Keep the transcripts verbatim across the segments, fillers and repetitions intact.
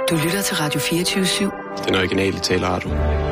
Du lytter til Radio fireogtyve syv. Den originale taleradio.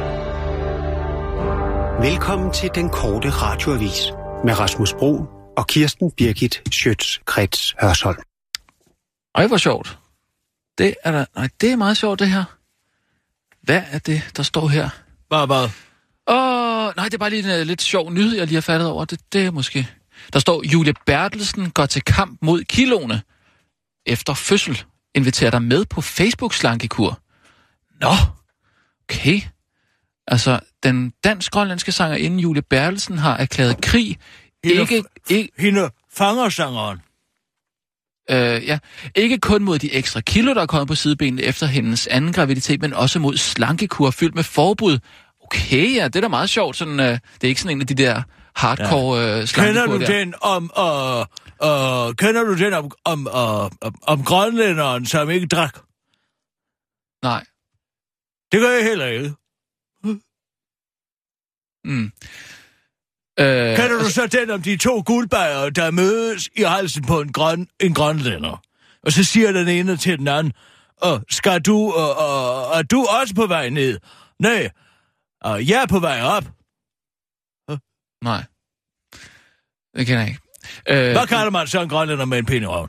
Velkommen til den korte radioavis med Rasmus Broen og Kirsten Birgit Schøtz-Krets Hørsholm. Ej, hvor sjovt. Det er da, nej, det er meget sjovt, det her. Hvad er det, der står her? Hvad, hvad? Åh, nej, det er bare lige en uh, lidt sjov nyhed, jeg lige har fattet over. Det, det er måske... Der står, Julie Bertelsen går til kamp mod kiloene. Efter fødsel inviterer dig med på Facebook-slankekur. Nå, okay. Altså, den dansk-grønlandske sangerinde Julie Bertelsen har erklæret krig. Hende, ikke, ikke, hende fangersangeren. øh, ja, ikke kun mod de ekstra kilo, der er kommet på sidebenene efter hendes anden graviditet, men også mod slankekur fyldt med forbud. Okay, ja, det er da meget sjovt. Sådan, øh, det er ikke sådan en af de der hardcore ja. øh, slankekur Kender du der. den om, øh, øh, kender du den om, om, øh, om, om grønlænderen, som ikke drak? Nej. Det gør jeg heller ikke. Mm. Øh, Kender du så den om de to guldbajere, der mødes i halsen på en, grøn, en grønlænder? Og så siger den ene til den anden, øh, skal du, øh, øh, er du også på vej ned? Nej, øh, jeg er på vej op. Øh. Nej. Det kender jeg ikke. Øh, Hvad kalder man så en grønlænder med en pind i røven?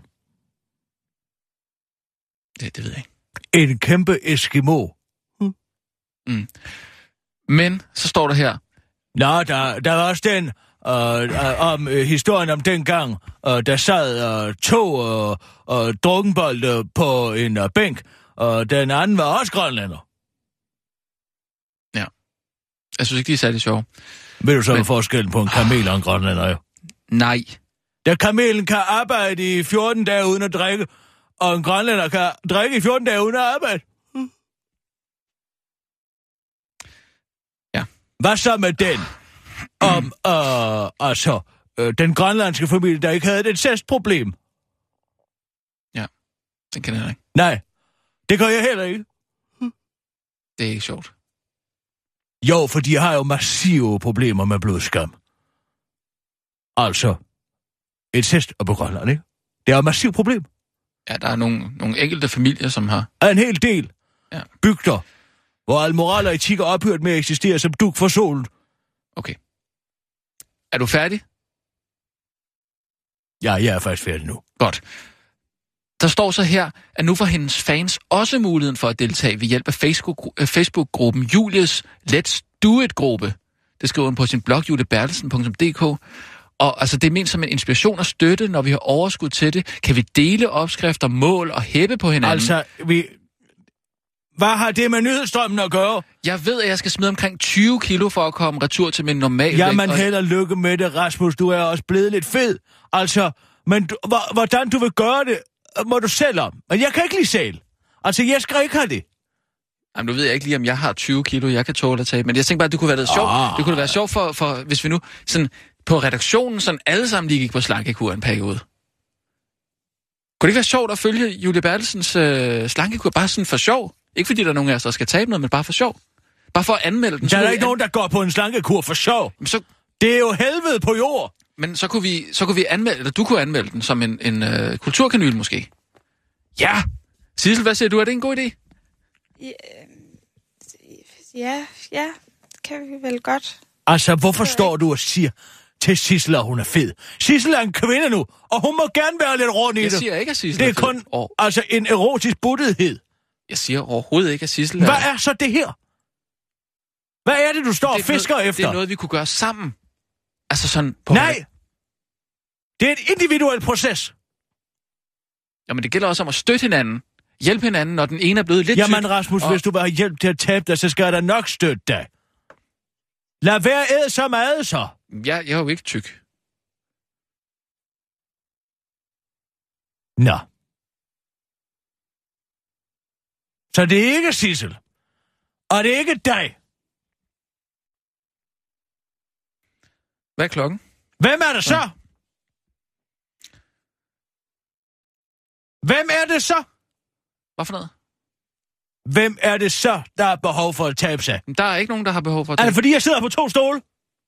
Det, det ved jeg ikke. En kæmpe eskimo. Hm. Mm. Men, så står der her. Nå, der, der var også den, øh, øh, om øh, historien om dengang, øh, der sad øh, to øh, øh, drukkenbolde på en øh, bænk, og den anden var også grønlænder. Ja. Jeg synes ikke, de er særlig sjove. Ved du så, Men... hvad forskellen på en kamel og en grønlænder er? Nej. Da kamelen kan arbejde i fjorten dage uden at drikke, og en grønlænder kan drikke i fjorten dage uden at arbejde. Ja. Hvad så med den? Om, øh, altså, øh, den grønlandske familie, der ikke havde et incestproblem. Ja, den kender jeg ikke. Nej, det gør jeg heller ikke. Det er ikke sjovt. Jo, for de har jo massive problemer med blodskam. Altså, incest og på Grønland, ikke? Det er jo et massivt problem. Ja, der er nogle, nogle enkelte familier, som har... En hel del ja. bygder, hvor al moral og etik er ophørt med at eksistere som dug for solen. Okay. Er du færdig? Ja, jeg er faktisk færdig nu. Godt. Der står så her, at nu får hendes fans også muligheden for at deltage ved hjælp af Facebook-gruppen Julies Let's Do It-gruppe. Det skriver hun på sin blog, julie bertelsen punktum d k. Og altså, det er ment som en inspiration og støtte, når vi har overskud til det. Kan vi dele opskrifter, mål og hæppe på hinanden? Altså, vi... Hvad har det med nyhedsstrømmen at gøre? Jeg ved, at jeg skal smide omkring tyve kilo for at komme retur til min normale Jamen, vægt. Og... held og lykke med det, Rasmus. Du er også blevet lidt fed. Altså, men du, hvordan du vil gøre det, må du selv om. Men jeg kan ikke lide selv. Altså, jeg skal ikke have det. Jamen, nu ved jeg ikke lige, om jeg har tyve kilo, jeg kan tåle at tage. Men jeg tænker bare, at det kunne være lidt sjovt. Ah. Det kunne være sjovt for, for, hvis vi nu sådan på redaktionen sådan alle sammen lige gik på slankekur en periode. Kunne det ikke være sjovt at følge Julie Bertelsens øh, slankekur bare sådan for sjov? Ikke fordi der er nogen af os, der skal tabe noget, men bare for sjov. Bare for at anmelde den. Der er der ikke nogen, der går på en slankekur for sjov. Så... Det er jo helvede på jord. Men så kunne vi, så kunne vi anmelde, eller du kunne anmelde den som en, en øh, kulturkanyl måske. Ja! Sissel, hvad siger du? Er det en god idé? Ja, ja, ja, kan vi vel godt. Altså, hvorfor står du og siger til Sissel, at hun er fed? Sissel er en kvinde nu, og hun må gerne være lidt rundt i jeg det. Jeg siger ikke, at Sissel det er, er kun fed. Og... altså en erotisk buttethed. Jeg siger overhovedet ikke, at Sissel er... Hvad er så det her? Hvad er det, du står det og fisker noget, efter? Det er noget, vi kunne gøre sammen. Altså sådan... På Nej! Det er en individuel proces. Jamen, det gælder også om at støtte hinanden. Hjælpe hinanden, når den ene er blevet lidt Jamen, tyk, Rasmus, og... hvis du vil have hjælp til at tabe dig, så skal jeg da nok støtte dig. Lad være æde så meget, så. Ja, jeg er jo ikke tyk. Nå. Så det er ikke Sissel. Og det er ikke dig. Hvad er klokken? Hvem er det så? Ja. Hvem er det så? Hvad for noget? Hvem er det så, der har behov for at tabe sig? Der er ikke nogen, der har behov for at tabe. Er det fordi, jeg sidder på to stole?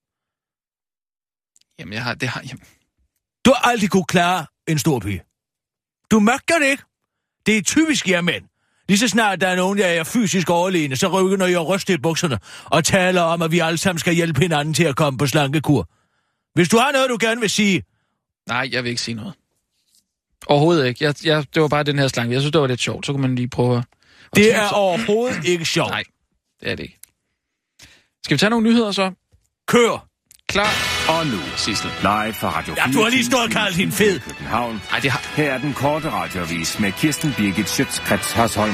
Jamen, jeg har... Det har jamen. Du har aldrig kunne klare en stor pige. Du magter det ikke. Det er typisk jer mænd. Lige så snart der er nogen, der er fysisk overlegne, så rykker jeg og ryster i bukserne og taler om, at vi alle sammen skal hjælpe hinanden til at komme på slankekur. Hvis du har noget, du gerne vil sige... Nej, jeg vil ikke sige noget. Overhovedet ikke. Jeg, jeg, det var bare den her slanke. Jeg synes, det var lidt sjovt. Så kunne man lige prøve at... Det er overhovedet ikke sjovt. Nej, det er det ikke. Skal vi tage nogle nyheder så? Kør! Klar. Og nu, Sissel, live fra Radio Ja, du har lige stået og kaldt hende fed. København. Ej, det har... Her er den korte radioavis med Kirsten Birgit Schøtz-Krets Hørsholm.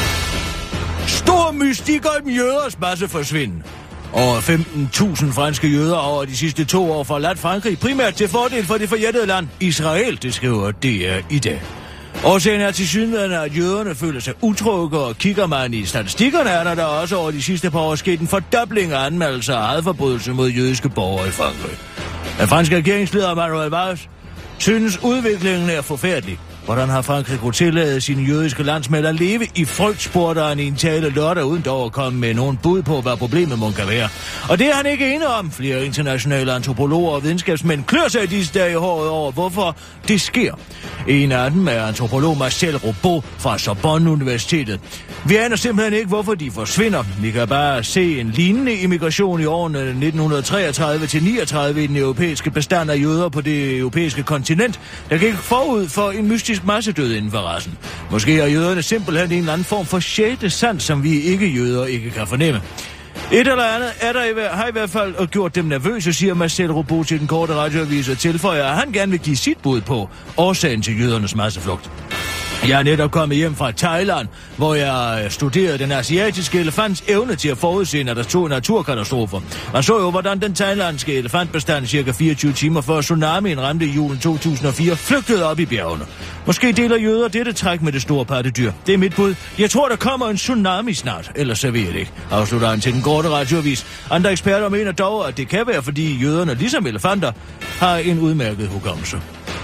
Stor mystik om jøders masseforsvinden. Over femten tusind franske jøder over de sidste to år forladt Frankrig, primært til fordel for det forjættede land Israel, det skriver D R i dag. Årsagen er til synligheden, at jøderne føler sig utrygge, og kigger man i statistikkerne, er der, der også over de sidste par år sket en fordobling af anmeldelser af hadforbrydelser mod jødiske borgere i Frankrig. Den franske regeringsleder Manuel Valls synes udviklingen er forfærdelig. Hvordan har Frankrig kunne tillade sine jødiske landsmænd at leve i frygt, spurgte han i en tale lørdag, uden dog at komme med nogen bud på, hvad problemet må kan være. Og det er han ikke enig om. Flere internationale antropologer og videnskabsmænd klør sig i disse dage i håret over, hvorfor det sker. En af dem er antropolog Marcel Robot fra Sorbonne Universitetet. Vi aner simpelthen ikke, hvorfor de forsvinder. Vi kan bare se en lignende immigration i årene nitten treogtredive til niogtredive i den europæiske bestand af jøder på det europæiske kontinent, der gik forud for en mystisk massedød inden for rassen. Måske er jøderne simpelthen en eller anden form for sjette sans, som vi ikke-jøder ikke kan fornemme. Et eller andet er der i, har i hvert fald gjort dem nervøse, siger Marcel Robot til den korte radioavis og tilføjer, at han gerne vil give sit bud på årsagen til jødernes masseflugt. Jeg er netop kommet hjem fra Thailand, hvor jeg studerede den asiatiske elefants evne til at forudse naturkatastrofer. Og så jo, hvordan den thailandske elefantbestand cirka fireogtyve timer før tsunamien ramte i julen to tusind og fire flygtede op i bjergene. Måske deler jøder dette træk med det store pattedyr. Det er mit bud. Jeg tror, der kommer en tsunami snart, ellers så ved jeg det ikke. Afslutter han til den korte radioavis. Andre eksperter mener dog, at det kan være, fordi jøderne, ligesom elefanter, har en udmærket hukommelse.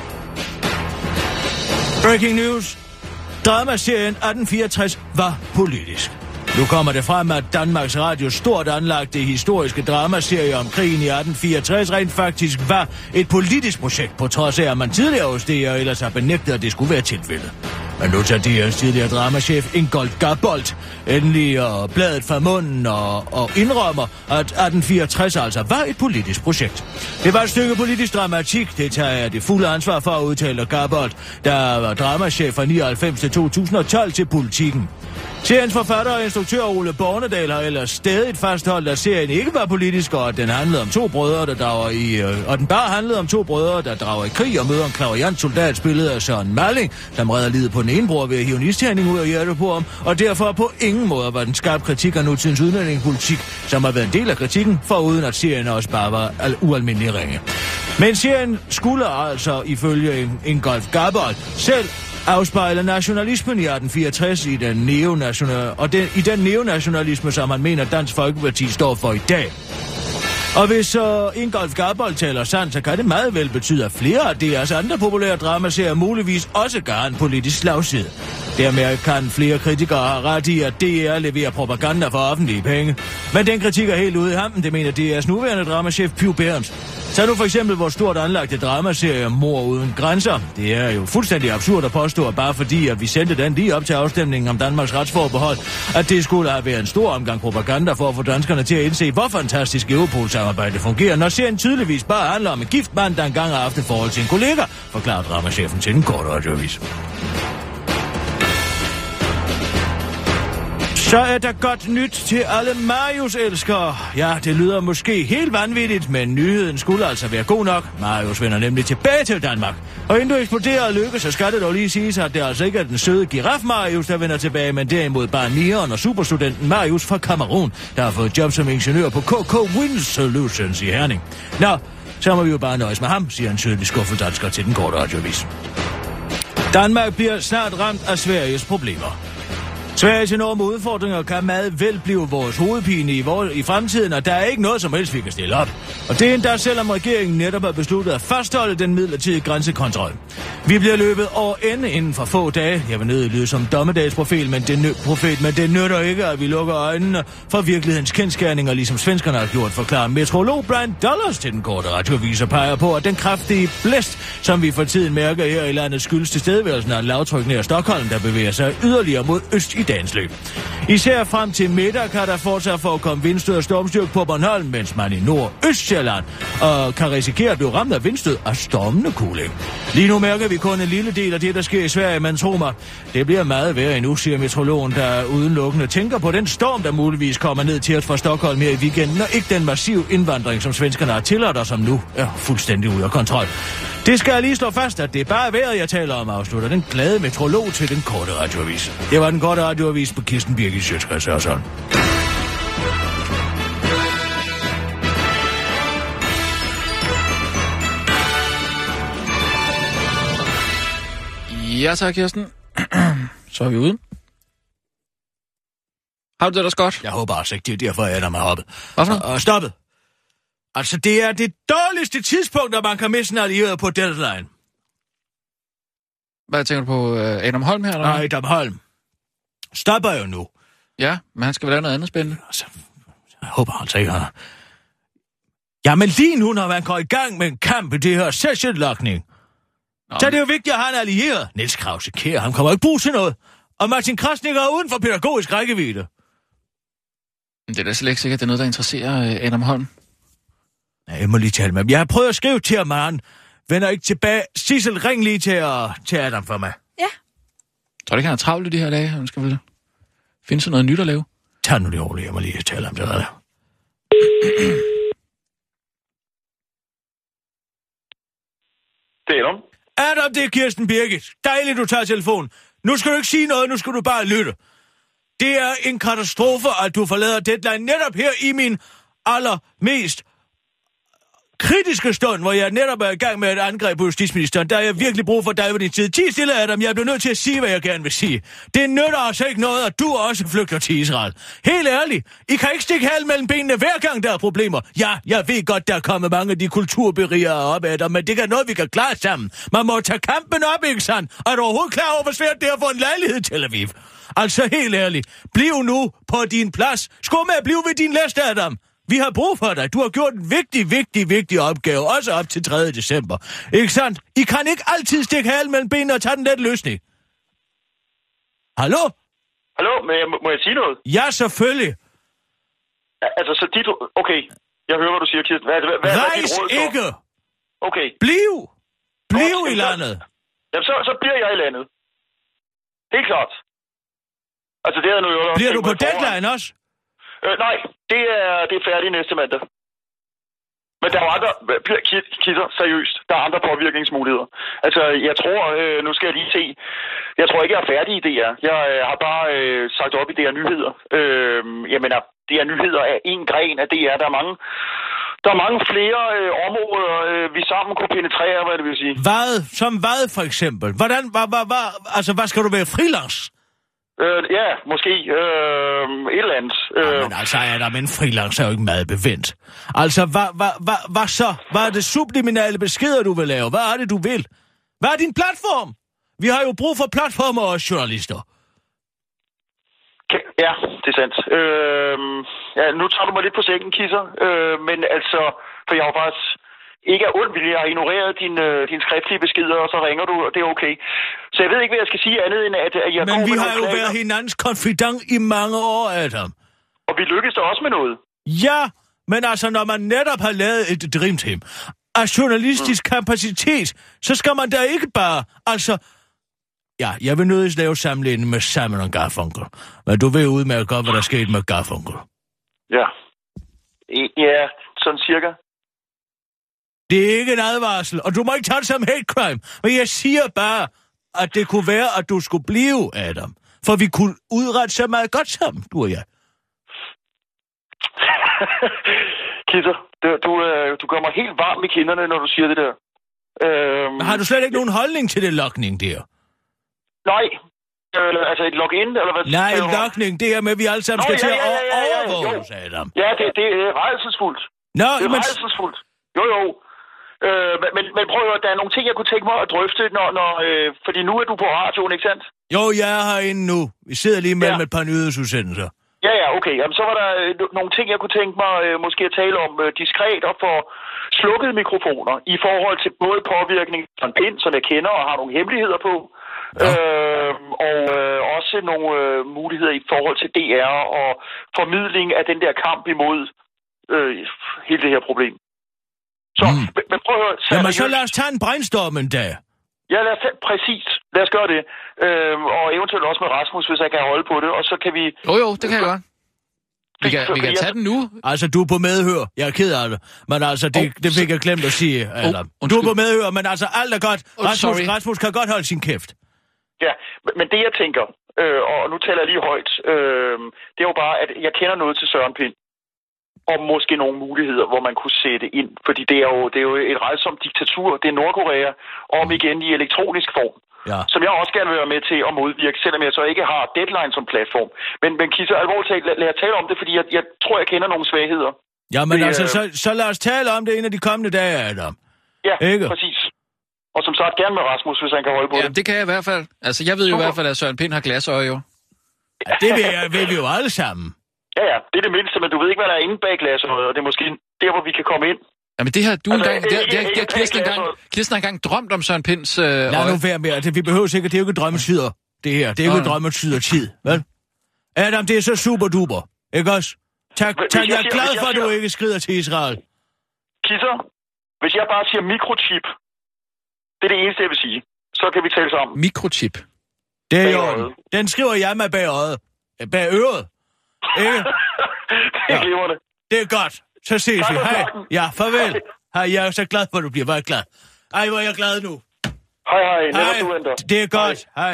Breaking news. Dramaserien atten fireogtres var politisk. Nu kommer det frem, at Danmarks Radio stort anlagte historiske dramaserie om krigen i atten fireogtres rent faktisk var et politisk projekt, på trods af, at man tidligere hos D R ellers har benægtet, at det skulle være tilfældet. Men nu tager D R's tidligere dramachef Ingolf Gabold endelig og bladet fra munden og, og indrømmer, at atten fireogtres altså var et politisk projekt. Det var et stykke politisk dramatik, det tager jeg det fulde ansvar for at udtale Gabold, der var dramachef fra nioghalvfems til to tusind og tolv til Politikken. Seriens forfatter og instruktør Ole Bornedal har ellers stadig fastholdt, at serien ikke var politisk, og at den handlede om to brødre, der drager i, øh, og den bare handlede om to brødre, der drager i krig og møder en klaverjant soldat spillet af Søren Malling, som redder livet på den ene bror ved at hive en istærning ud af hjertet på ham, og derfor på ingen måde var den skarp kritik af nutidens udlændingepolitik, som har været en del af kritikken, foruden at serien også bare var al- ualmindelig ringe. Men serien skulle altså, ifølge Ingolf Gabold selv, afspejler nationalismen i atten fireogtres i den neonational og den, i den neonationalisme, som han mener, Dansk Folkeparti står for i dag. Og hvis uh, Ingolf Gabold taler sandt, så kan det meget vel betyde, at flere af deres andre populære dramaserier muligvis også gør en politisk slagside. Dermed kan flere kritikere have ret i, at D R leverer propaganda for offentlige penge. Men den kritik er helt ude i hampen, det mener D R's nuværende dramachef Piv Behrens. Tag nu for eksempel vores stort anlagte dramaserie Mord uden grænser. Det er jo fuldstændig absurd at påstå, at bare fordi, at vi sendte den lige op til afstemningen om Danmarks retsforbehold, at det skulle have været en stor omgang propaganda for at få danskerne til at indse, hvor fantastisk Europol-samarbejde fungerer, når serien tydeligvis bare handler om en gift mand, der engang har haft et forhold til en kollega, forklarer dramachefen til den korte radioavis. Så er der godt nyt til alle Marius-elskere. Ja, det lyder måske helt vanvittigt, men nyheden skulle altså være god nok. Marius vender nemlig tilbage til Danmark. Og inden du eksploderer og lykkes, så skal det dog lige siges, at det altså ikke er den søde giraf Marius, der vender tilbage, men derimod bare nieren og superstudenten Marius fra Kamerun, der har fået job som ingeniør på K K Wind Solutions i Herning. Nå, så må vi jo bare nøjes med ham, siger en tydelig skuffet dansker til den korte radioavis. Danmark bliver snart ramt af Sveriges problemer. Sveriges enorme udfordringer kan meget vel blive vores hovedpine i, vores, i fremtiden, og der er ikke noget som helst, vi kan stille op. Og det er endda selvom regeringen netop har besluttet at fastholde den midlertidige grænsekontrol. Vi bliver løbet over ende inden for få dage. Jeg vil nødt lyde som dommedagsprofet, men det, nø- profet, men det nytter ikke, at vi lukker øjnene for virkelighedens kendskærninger, ligesom svenskerne har gjort, forklarer meteorolog Brian Dollars til den korte radioavis og peger på, at den kraftige blæst, som vi for tiden mærker her i landet, skyldes tilstedeværelsen af en lavtryk nær Stockholm, der bevæger sig yderligere mod øst i i dagens løb. Især frem til middag kan der fortsat forekomme vindstød og stormstyrke på Bornholm, mens man i Nord-Østjylland og kan risikere at blive ramt af vindstød og stormende kuling. Lige nu mærker vi kun en lille del af det, der sker i Sverige, men tro mig, det bliver meget værre endnu, siger meteorologen, der udelukkende tænker på den storm, der muligvis kommer ned til os fra Stockholm her i weekenden, og ikke den massive indvandring, som svenskerne har tilladt og som nu er fuldstændig ude af kontrol. Det skal jeg lige slå fast, at det er bare vejret, jeg taler om, afslutter den glade meteorolog til den korte radioavis. Det var den korte radioavis på Kirsten Birgit Sjøtskreds Hørsholm. Ja, tak, Kirsten. Så er vi ude. Har du det ellers godt? Jeg håber også ikke, det er derfor, jeg er der med hoppet. Hvorfor? Og, og stoppet. Altså, det er det dårligste tidspunkt, at man kan miste en allieret på deadline. Hvad tænker du på? Uh, Adam Holm her, eller Nej, Adam Holm. Stopper jo nu. Ja, men han skal vel lave noget andet spændende. Altså, jeg håber altså ikke, han... Ja, men lige nu, når man går i gang med en kamp i det her sessionlokning, så er det jo vigtigt at have en allieret. Niels Krause Kjær, han kommer ikke bruge til noget. Og Martin Krasnik er uden for pædagogisk rækkevidde. Det er da slet ikke sikkert, at det er noget, der interesserer uh, Adam Holm. Ja, jeg må lige tale med ham. Jeg har prøvet at skrive til ham, men han vender ikke tilbage. Sissel, ring lige til, uh, til Adam for mig. Ja. Tror du ikke, han er travlt i de her dage? Han skal vel finde sig noget nyt at lave? Tag nu det roligt, jeg må lige tale om det der. Det er Adam. Adam, det er Kirsten Birgit. Dejligt, du tager telefonen. Nu skal du ikke sige noget, nu skal du bare lytte. Det er en katastrofe, at du forlader deadline netop her i min allermest kritiske stund, hvor jeg netop er i gang med et angreb på justitsministeren. Der er jeg virkelig brug for dig ved din tid. Ti stille, Adam. Jeg bliver nødt til at sige, hvad jeg gerne vil sige. Det nytter altså ikke noget, at du også flygter til Israel. Helt ærligt. I kan ikke stikke halen mellem benene hver gang, der er problemer. Ja, jeg ved godt, der er kommet mange af de kulturberiger op, Adam, men det er noget, vi kan klare sammen. Man må tage kampen op, ikke sandt? Er du overhovedet klar over, hvor svært det er at få en lejlighed i Tel Aviv? Altså helt ærligt. Bliv nu på din plads. Skål med at blive ved din læst, Adam. Vi har brug for dig. Du har gjort en vigtig, vigtig, vigtig opgave, også op til tredje december. Ikke sandt? I kan ikke altid stikke halen mellem benene og tage den let løsning. Hallo? Hallo, må jeg, må jeg sige noget? Ja, selvfølgelig. Altså, så dit... Okay, jeg hører, hvad du siger, Kirsten. Hvad, hvad, hvad, Rejs hvad er dit råd for? ikke! Okay. Bliv! Bliv Godt, i landet! Jamen, så, så bliver jeg i landet. Helt klart. Altså, det er nu jo... Bliver du på deadline også? Øh, nej, det er, det er færdigt næste mandag. Men der er jo andre... Kisser, seriøst. Der er andre påvirkningsmuligheder. Altså, jeg tror... Øh, nu skal jeg lige se... Jeg tror ikke, jeg er færdig i D R. Jeg øh, har bare øh, sagt op i D R Nyheder. Øh, jeg mener, D R Nyheder er en gren af D R. Der er mange... Der er mange flere øh, områder, øh, vi sammen kunne penetrere, hvad det vil sige. Hvad? Som hvad, for eksempel? Hvordan... Hvad, hvad, hvad, altså, hvad skal du være? Freelance? Øh, ja, måske. Øh, et eller andet. Øh. Ja, men altså, er der men freelance er jo ikke meget bevendt. Altså, hvad, hvad, hvad, hvad så? Hvad er det subliminale beskeder, du vil lave? Hvad er det, du vil? Hvad er din platform? Vi har jo brug for platformer og journalister. Okay. Ja, det er sandt. Øh, ja, nu tager du mig lidt på sækken, Kisser. Øh, men altså, for jeg har faktisk ikke af ond vilje. Jeg har ignoreret din, øh, din skriftlige beskeder, og så ringer du, og det er okay. Så jeg ved ikke, hvad jeg skal sige andet end, at, at jeg Men vi har jo klager. været hinandens konfident i mange år, Adam. Og vi lykkes da også med noget. Ja, men altså, når man netop har lavet et dreamteam af journalistisk mm. kapacitet, så skal man da ikke bare, altså... Ja, jeg vil nødigt lave sammenligning med Simon og Garfunkel. Men du ved udmærket godt, hvad der skete med Garfunkel. Ja. Ja, sådan cirka. Det er ikke en advarsel, og du må ikke tage det som hate crime. Men jeg siger bare, at det kunne være, at du skulle blive, Adam. For vi kunne udrette så meget godt sammen, du og jeg. Kisser, du, du gør mig helt varm i kinderne, når du siger det der. Øhm... Har du slet ikke nogen holdning til det lokning der? Nej. Øh, altså et login, eller hvad? Nej, en lokning, det her med, at vi alle sammen Nå, skal ja, til at ja, ja, ja, ja, overvåges, Adam. Ja, det, det er rædselsfuldt. Nå, det er men... rædselsfuldt. Jo, jo. Øh, men, men prøv at der er nogle ting, jeg kunne tænke mig at drøfte, når, når, øh, fordi nu er du på radioen, ikke sandt? Jo, jeg er herinde nu. Vi sidder lige mellem ja. et par nyhedsudsendelser. Ja, ja, okay. Jamen, så var der øh, nogle ting, jeg kunne tænke mig øh, måske at tale om øh, diskret og for slukkede mikrofoner i forhold til både påvirkning af en pind, som jeg kender og har nogle hemmeligheder på, ja. øh, og øh, også nogle øh, muligheder i forhold til D R og formidling af den der kamp imod øh, hele det her problem. Så, mm. men, men prøv at høre... Jamen, så lad os tage en brainstorm en dag. Ja, lad os tage, præcis. Lad os gøre det. Øh, og eventuelt også med Rasmus, hvis jeg kan holde på det, og så kan vi... Jo, jo, det kan jeg godt. Vi kan, vi kan tage den nu. Altså, du er på medhør. Jeg er ked af det. Men altså, det, oh, det fik jeg glemt at sige. Eller, oh, du er på medhør, men altså, alt er godt. Oh, Rasmus, Rasmus kan godt holde sin kæft. Ja, men det jeg tænker, øh, og nu taler jeg lige højt, øh, det er jo bare, at jeg kender noget til Søren Pind. Og måske nogle muligheder, hvor man kunne sætte ind. Fordi det er jo, det er jo et rædsomt diktatur. Det er Nordkorea. Om igen i elektronisk form. Ja. Som jeg også gerne vil være med til at modvirke, selvom jeg så ikke har Deadline som platform. Men, men Kisser, alvorligt talt, lad, lad jeg tale om det, fordi jeg, jeg tror, jeg kender nogle svagheder. Ja, men det, altså, øh... så, så lad os tale om det en af de kommende dage, Adam. Ja, ikke? Præcis. Og som sagt, gerne med Rasmus, hvis han kan holde på ja, det. Ja, det kan jeg i hvert fald. Altså, jeg ved jo okay. i hvert fald, at Søren Pind har glasøje, jo. Ja, det ved, jeg, ved vi jo alle sammen. Ja, ja, det er det mindste, men du ved ikke, hvad der er inde bag glasøjet, og det er måske der, hvor vi kan komme ind. Jamen det her, du altså, engang, det, det, det, det, Kirsten, engang, Kirsten har engang drømt om Søren Pinds øh, Lad øje. Nu være med, det, vi behøver sikkert, det er jo ikke drømmetider, det her. Det er jo ikke drømmetider tid, vel? Adam, det er så super duper, ikke også? Tak, tak, jeg er glad for, at du ikke skrider til Israel. Kisser, hvis jeg bare siger mikrochip, det er det eneste, jeg vil sige. Så kan vi tale sammen. Mikrochip? Det er jo. Den skriver jeg med bag øjet. Bag øret. Ikke? Det er glimrende. Det er godt. Så ses vi. Hej. Ja, farvel. Hej, jeg er så glad for, at du bliver. Hvor er jeg glad. Ej, hvor er jeg glad nu. Hej, hej. Hej. Du venter. Det er godt. Hej.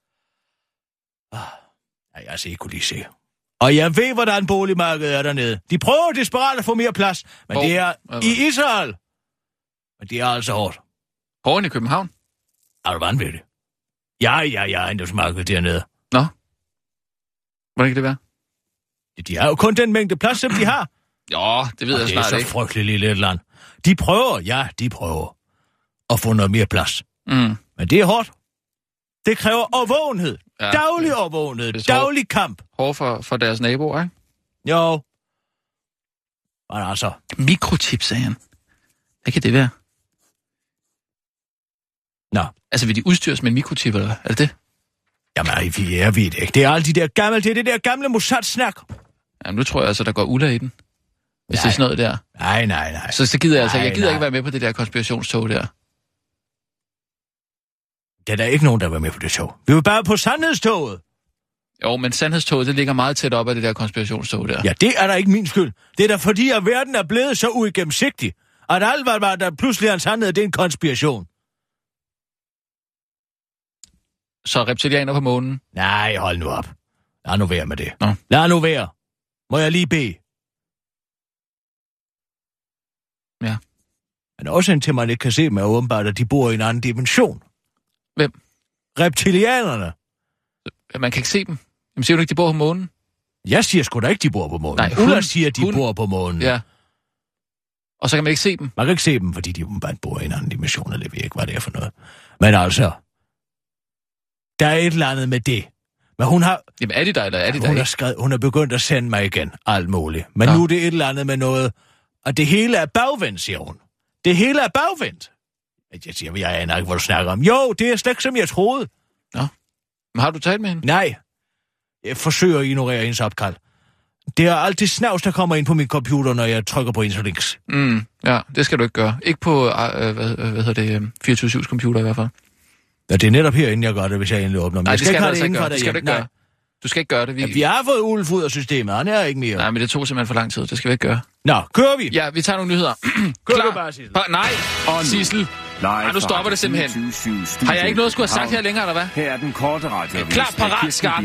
Hej. Ej, altså, I kunne lige se. Og jeg ved, hvordan boligmarkedet er dernede. De prøver desperat at få mere plads, men oh. det er i Israel. Men det er altså hårdt. Hården i København? Er du vanvittigt? Ja, ja, ja, ejendomsmarkedet dernede. Nå. Hvordan kan det være? De har jo kun den mængde plads, som de har. Jo, det ved og jeg snart ikke. Det er så frygteligt lille land. De prøver, ja, de prøver at få noget mere plads. Mm. Men det er hårdt. Det kræver overvågenhed. Ja. Daglig overvågenhed. Daglig kamp. Hårdt for, for deres naboer, ikke? Jo. Men altså... Mikrochip, sagde han. Hvad kan det være? Nå. Altså, vil de udstyres med en mikrochip, eller hvad? Er det det? Jamen, jeg ved det ikke. Det er alle de der gamle, det er det der gamle Mossad-snak. Jamen, nu tror jeg altså, der går ulla i den. Hvis nej. Det er sådan noget der. Nej, nej, nej. Så, så gider jeg altså, nej, jeg gider nej. ikke være med på det der konspirationstog der. Det er der ikke nogen, der var med på det tog. Vi var bare på sandhedstoget. Jo, men sandhedstoget, det ligger meget tæt op af det der konspirationstog der. Ja, det er der ikke min skyld. Det er da fordi, at verden er blevet så uigennemsigtig, at alt, hvad der pludselig er en sandhed, det er en konspiration. Så reptilianer på månen? Nej, hold nu op. Lad nu være med det. Nå. Lad nu være. Må jeg lige bede? Ja. Men også indtil man ikke kan se dem, er åbenbart, at de bor i en anden dimension. Hvem? Reptilianerne. Man kan ikke se dem. Jamen siger du ikke, de bor på månen? Jeg siger sgu da ikke, de bor på månen. Nej, Ulla siger, de hun... bor på månen. Ja. Og så kan man ikke se dem? Man kan ikke se dem, fordi de åbenbart bor i en anden dimension, eller ved ikke, hvad det er for noget. Men altså... Der er et eller andet med det. Men hun har... Jamen er de der, eller er de ja, der hun har skrevet, hun har begyndt at sende mig igen alt muligt. Men ja. Nu er det et eller andet med noget... Og det hele er bagvendt, siger hun. Det hele er bagvendt. Jeg siger, jeg aner ikke, hvad du snakker om. Jo, det er slet ikke, som jeg troede. Nå. Men har du talt med hende? Nej. Jeg forsøger at ignorere hendes opkald. Det er altid snavs, der kommer ind på min computer, når jeg trykker på interlinks. Mm, ja, det skal du ikke gøre. Ikke på, øh, hvad, hvad hedder det, fireogtyve syv's computer i hvert fald. Ja, det er netop herinde, jeg gør det, hvis jeg endelig åbner. Men Nej, jeg det skal, skal ikke du altså ikke gøre. Det skal du ikke gøre. Nej. Du skal ikke gøre det. Vi... Ja, vi har fået Ulf ud af systemet, han er ikke mere. Nej, men det tog simpelthen for lang tid. Det skal vi ikke gøre. Nå, kører vi? Ja, vi tager nogle nyheder. Kører du bare, Sissel? Pa- nej, Sissel. Nej, nu stopper det simpelthen. Har jeg ikke noget at skulle have sagt her længere, eller hvad? Her er den korte radioavis. Klar, parat, skarp.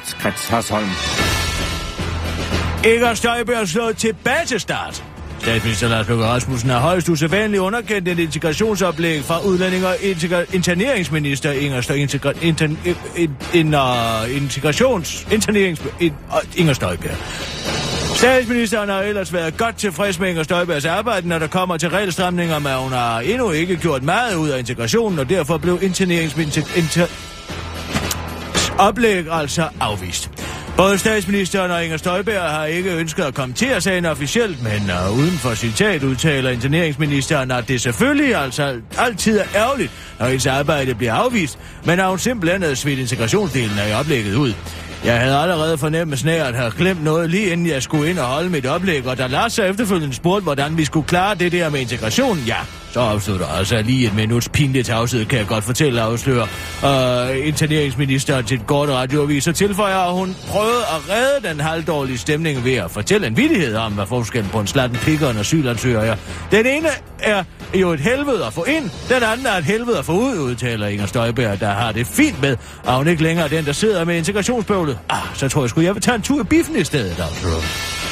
Inger Støjberg er slået tilbage til start. Statsminister Lars Løkke Rasmussen har højst usædvanligt underkendt en integrationsoplæg fra udlænding- og integra- interneringsminister Inger Støjberg. Integra- inter- in- in- uh, integrations... Internerings... In- uh, Inger Støjberg. Statsministeren har ellers været godt tilfreds med Inger Støjbergs arbejde, når der kommer til regelstramninger, men hun har endnu ikke gjort meget ud af integrationen, og derfor blev interneringsminister... Inter- oplæg altså afvist. Både statsministeren og Inger Støjberg har ikke ønsket at kommentere sagen officielt, men uh, uden for citat udtaler interneringsministeren, at det selvfølgelig altså altid er ærgerligt, når hendes arbejde bliver afvist, men har hun simpelthen havde svidt integrationsdelen af oplægget ud. Jeg havde allerede fornemmelsen af at have glemt noget lige inden jeg skulle ind og holde mit oplæg, og da Lars så efterfølgende spurgte, hvordan vi skulle klare det der med integrationen, ja, så opstod der altså lige et minuts pinligt tavshed, kan jeg godt fortælle afsløre. Uh, interneringsministeren til et kort radioavis, så tilføjer, at hun prøvede at redde den halvdårlige stemning ved at fortælle en vittighed om, hvad forskellen på en slatten pikker og en asylansøger er. Den ene er jo et helvede at få ind, den anden er et helvede at få ud, udtaler Inger Støjberg, der har det fint med, at hun ikke længere er den, der sidder med integrationsbøvlet. Ah, så tror jeg sgu, jeg vil tage en tur i biffen i stedet, afslører.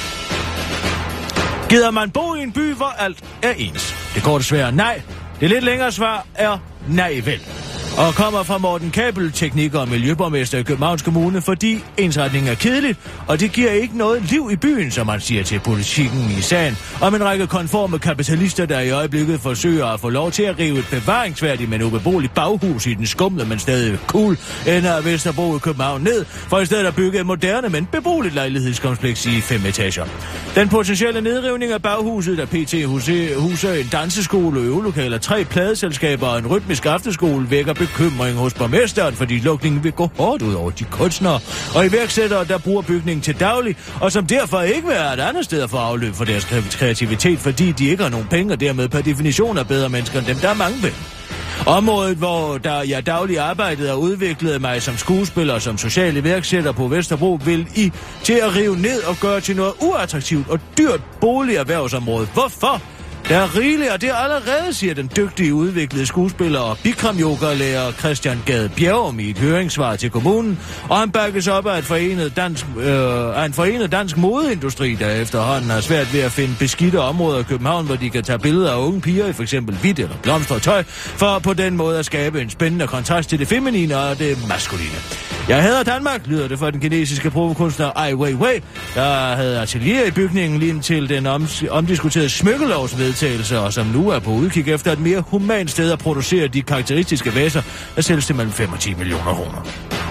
Gider man bo i en by, hvor alt er ens? Det går desværre nej. Det lidt længere svar er nej vel. Og kommer fra Morten Kabel, tekniker og miljøborgmester i Københavns Kommune, fordi ensretningen er kedeligt, og det giver ikke noget liv i byen, som man siger til politikken i sagen, om en række konforme kapitalister, der i øjeblikket forsøger at få lov til at rive et bevaringsværdigt, men ubeboeligt baghus i den skumle, men stadig cool, ender af Vesterbro i København ned, for i stedet at bygge et moderne, men beboeligt lejlighedskompleks i fem etager. Den potentielle nedrivning af baghuset, der pt. huser en danseskole, øvelokaler, tre pladeselskaber og en rytmisk aftenskole, vækker bekymring hos borgmesteren, fordi lukningen vil gå hårdt ud over de kunstnere og iværksættere, der bruger bygningen til daglig, og som derfor ikke vil have et andet sted for afløb for deres kreativitet, fordi de ikke har nogen penge, og dermed per definition er bedre mennesker end dem, der er mange penge. Området, hvor der jeg dagligt arbejdede og udviklede mig som skuespiller og som social iværksætter på Vesterbro, vil I til at rive ned og gøre til noget uattraktivt og dyrt boligerhvervsområde. Hvorfor? Der er rigeligt, og det er allerede, siger den dygtige udviklede skuespiller og Bikram-yoga-lærer Christian Gade Bjerrum i et høringssvar til kommunen, og han bakkes op af, et forenet dansk, øh, af en forenet dansk modeindustri, der efterhånden har svært ved at finde beskidte områder i København, hvor de kan tage billeder af unge piger i f.eks. hvidt eller blomstret tøj, for på den måde at skabe en spændende kontrast til det feminine og det maskuline. Jeg hader Danmark, lyder det fra den kinesiske provokunstner Ai Weiwei, der havde atelier i bygningen lige til den om, omdiskuterede smykkelovsvedtagelse, og som nu er på udkig efter et mere humant sted at producere de karakteristiske vaser, der sælges til mellem fem og ti millioner kroner.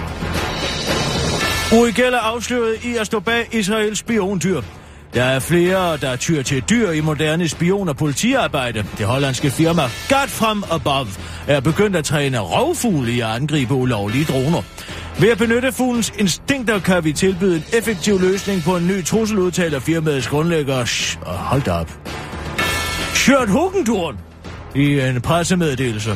Uri Geller afsløret i at stå bag Israels spiondyr. Der er flere, der tyr til dyr i moderne spion- og politiarbejde. Det hollandske firma God From Above er begyndt at træne rovfugle i at angribe ulovlige droner. Ved at benytte fuglens instinkter kan vi tilbyde en effektiv løsning på en ny trussel, udtaler firmaets grundlægger. Shh, hold da op. Sjørt Hugendorn i en pressemeddelelse.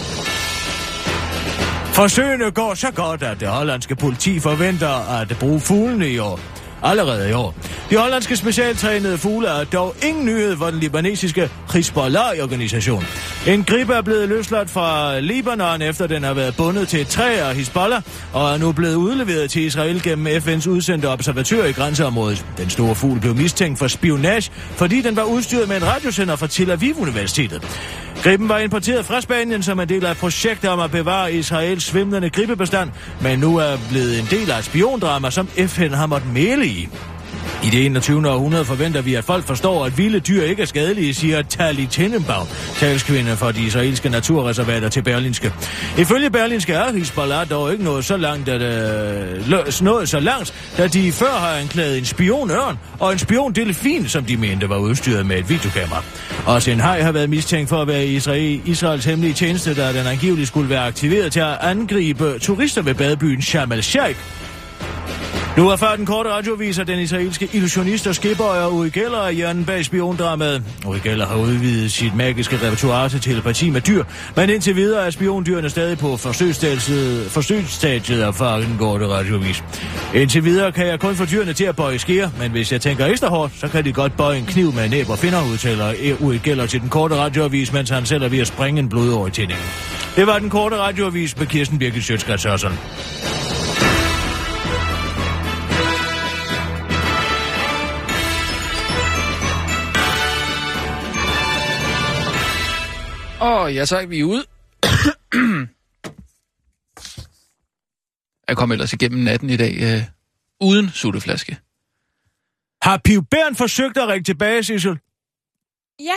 Forsøgene går så godt, at det hollandske politi forventer at bruge fuglene i år. Allerede i år. De hollandske specialtrænede fugle er dog ingen nyhed for den libanesiske Hizbollah-organisation. En gribe er blevet løsladt fra Libanon, efter den har været bundet til et træ af Hizbollah, og er nu blevet udleveret til Israel gennem F N's udsendte observatør i grænseområdet. Den store fugl blev mistænkt for spionage, fordi den var udstyret med en radiosender fra Tel Aviv-universitetet. Griben var importeret fra Spanien som en del af et projekt om at bevare Israels svimlende gribebestand, men nu er blevet en del af et spiondrama, som F N har måttet mæle i. I det enogtyvende århundrede forventer vi, at folk forstår, at vilde dyr ikke er skadelige, siger Tali Tenenbaum, talskvinde for de israelske naturreservater til Berlinske. Ifølge Berlinske er Hizbollah dog ikke nået så langt, at, øh, nået så langt, da de før har anklaget en spionørn og en spiondelfin, som de mente var udstyret med et videokamera. Også en haj har været mistænkt for at være i Israel, Israels hemmelige tjeneste, da den angiveligt skulle være aktiveret til at angribe turister ved badebyen Sharm el-Sheikh. Nu er før den korte radioavis, at den israelske illusionist og skibøjer Uri Geller er hjernen bag spiondramaet. Uri Geller har udvidet sit magiske repertoire til telepati med dyr, men indtil videre er spiondyrene stadig på forsøgsstadiet af før den korte radioavis. Indtil videre kan jeg kun få dyrene til at bøje skære, men hvis jeg tænker ekstra hårdt, så kan de godt bøje en kniv med næb og finder, udtaler Uri Geller til den korte radioavis, mens han selv er ved at springe en blodår i tændingen. Det var den korte radioavis med Kirsten Birgit Sjøtskrets Hørsson. Åh, oh, ja, så er vi ude. Jeg kom ellers igennem natten i dag øh, uden sutteflaske. Har Piv Bern forsøgt at række tilbage, Sissel? Ja,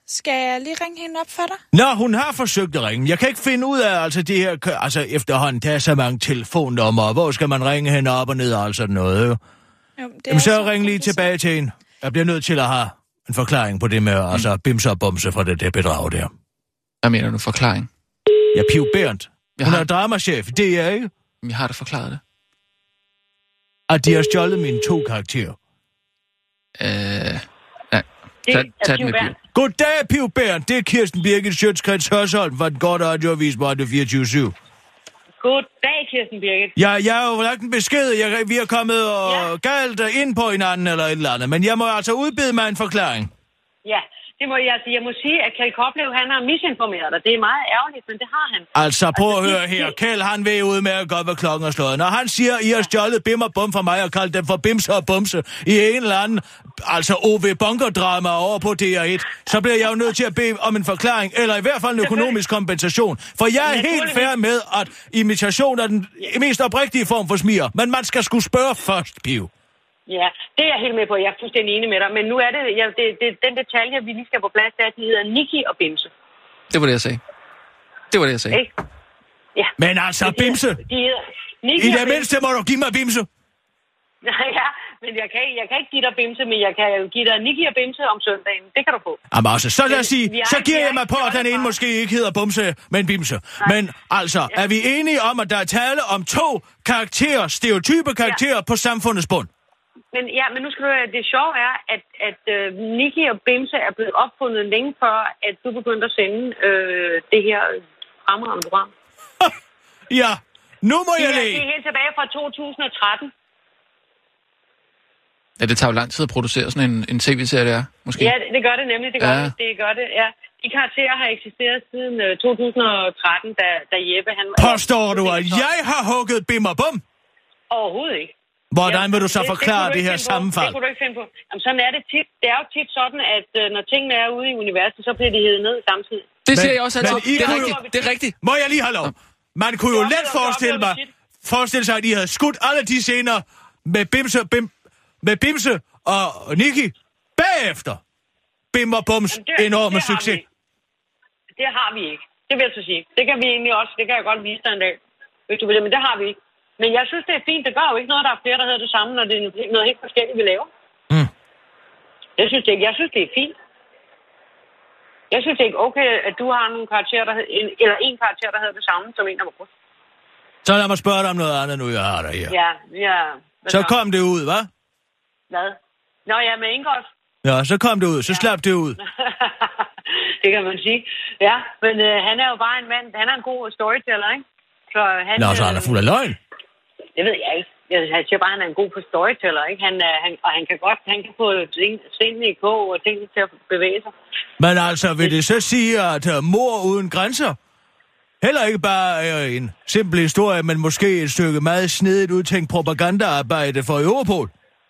Skal jeg lige ringe hende op for dig? Nå, hun har forsøgt at ringe. Jeg kan ikke finde ud af, altså det her, altså efterhånden, der er så mange telefonnumre. Hvor skal man ringe hende op og ned og alt sådan noget, jo? Jo, det Jamen, så ring lige tilbage til hende. Jeg bliver nødt til at have en forklaring på det med, mm. altså bimse og bumse fra det der bedrag der. Hvad mener du, forklaring? Ja, Piv Berndt. Hun har... er dramachef, det er jeg ikke. Jeg har da forklaret det. At de har stjålet mine to karakterer. Øh... Nej, tag, tag den med Piv. Goddag, Piv Berndt. Det er Kirsten Birgit Schøtz-Krets Hørsholm fra den korte radioavis på Radio fireogtyve syv. Goddag, Kirsten Birgit. Ja, jeg har jo lagt en besked. Jeg, vi er kommet og ja. galt ind på hinanden eller et eller andet. Men jeg må altså udbede mig en forklaring. Ja, det må jeg sige. Jeg må sige, at Kjeld Koplev, han har misinformeret dig. Det er meget ærgerligt, men det har han. Altså, prøv altså, at høre her. Kjeld, han ved ud med at godt, hvad klokken er slået. Når han siger, I har stjålet bim og bum fra mig og kaldt dem for bimse og bumse i en eller anden, altså O V-bunkerdrama over på D R et, så bliver jeg jo nødt til at bede om en forklaring, eller i hvert fald en økonomisk kompensation. For jeg er helt fair med, at imitation er den mest oprigtige form for smiger. Men man skal sgu spørge først, Piv. Ja, det er jeg helt med på. Jeg er fuldstændig enig med dig. Men nu er det, ja, det, det den detalje, vi lige skal på plads, det er, at de hedder Niki og Bimse. Det var det, jeg sagde. Det var det, jeg sagde. Ikke? Ja. Men altså, de Bimse! De hedder Niki I det mindste må du give mig Bimse. Ja, men jeg kan, jeg kan ikke give dig Bimse, men jeg kan give dig Niki og Bimse om søndagen. Det kan du få. Jamen altså, så lad os sige, så giver jeg mig på, at den ene måske ikke hedder Bumse, men Bimse. Nej. Men altså, er vi enige om, at der er tale om to karakterer, stereotype karakterer ja. på samfundets bund? Men ja, men nu skal du høre, det sjove er, at, at uh, Niki og Bimse er blevet opfundet længe før, at du begyndte at sende øh, det her fremragende program. Ja, nu må det jeg er, læge. Det er helt tilbage fra to tusind og tretten. Ja, det tager jo lang tid at producere sådan en, en tv-serie, der, måske? Ja, det, det gør det nemlig, det gør ja. det, det gør det, ja. De karakterer har eksisteret siden uh, to tusind og tretten, da, da Jeppe, han... Påstår du, at jeg har hugget bim og bum? Overhovedet ikke. Hvordan vil du så det, forklare det, det her sammenfald? Det kunne du ikke finde på. Jamen, sådan er det tit. Det er jo tit sådan, at uh, når tingene er ude i universet, så bliver de hævet ned samtidig. Det siger jeg også altid. Det er rigtigt. Det er rigtigt. Må jeg lige have lov? Man kunne jo let forestille mig, forestille sig, at de havde skudt alle de scener med Bimse, bim, med Bimse og Niki bagefter. Bim og Bums Jamen, det, enorme det succes. Vi. Det har vi ikke. Det vil jeg så sige. Det kan vi egentlig også. Det kan jeg godt vise dig en dag, hvis du vil det. Men det har vi ikke. Men jeg synes, det er fint. Det gør jo ikke noget, der er flere, der hedder det samme, når det er noget helt forskelligt, vi laver. Mm. Jeg synes det ikke. Jeg synes, det er fint. Jeg synes det ikke okay, at du har nogle karakterer, der hedder, eller en karakter, der hedder det samme, som en af vores. Så lad mig spørge dig om noget andet, nu jeg har dig her. Ja, ja. Så kom det ud, hva'? Hvad? Nå ja, med Ingolf. Ja, så kom det ud. Så ja. slap det ud. Det kan man sige. Ja, men øh, han er jo bare en mand. Han er en god storyteller, ikke? Så han, Nå, så han er fuld af løgn. Det ved jeg ikke. Jeg siger bare, at han er en god storyteller, ikke? Han, han, og han kan godt, han kan få tingene i kog og tingene til at bevæge sig. Men altså, vil det så sige, at uh, mor uden grænser heller ikke bare er en simpel historie, men måske et stykke meget snedigt udtænkt propagandaarbejde for Europol?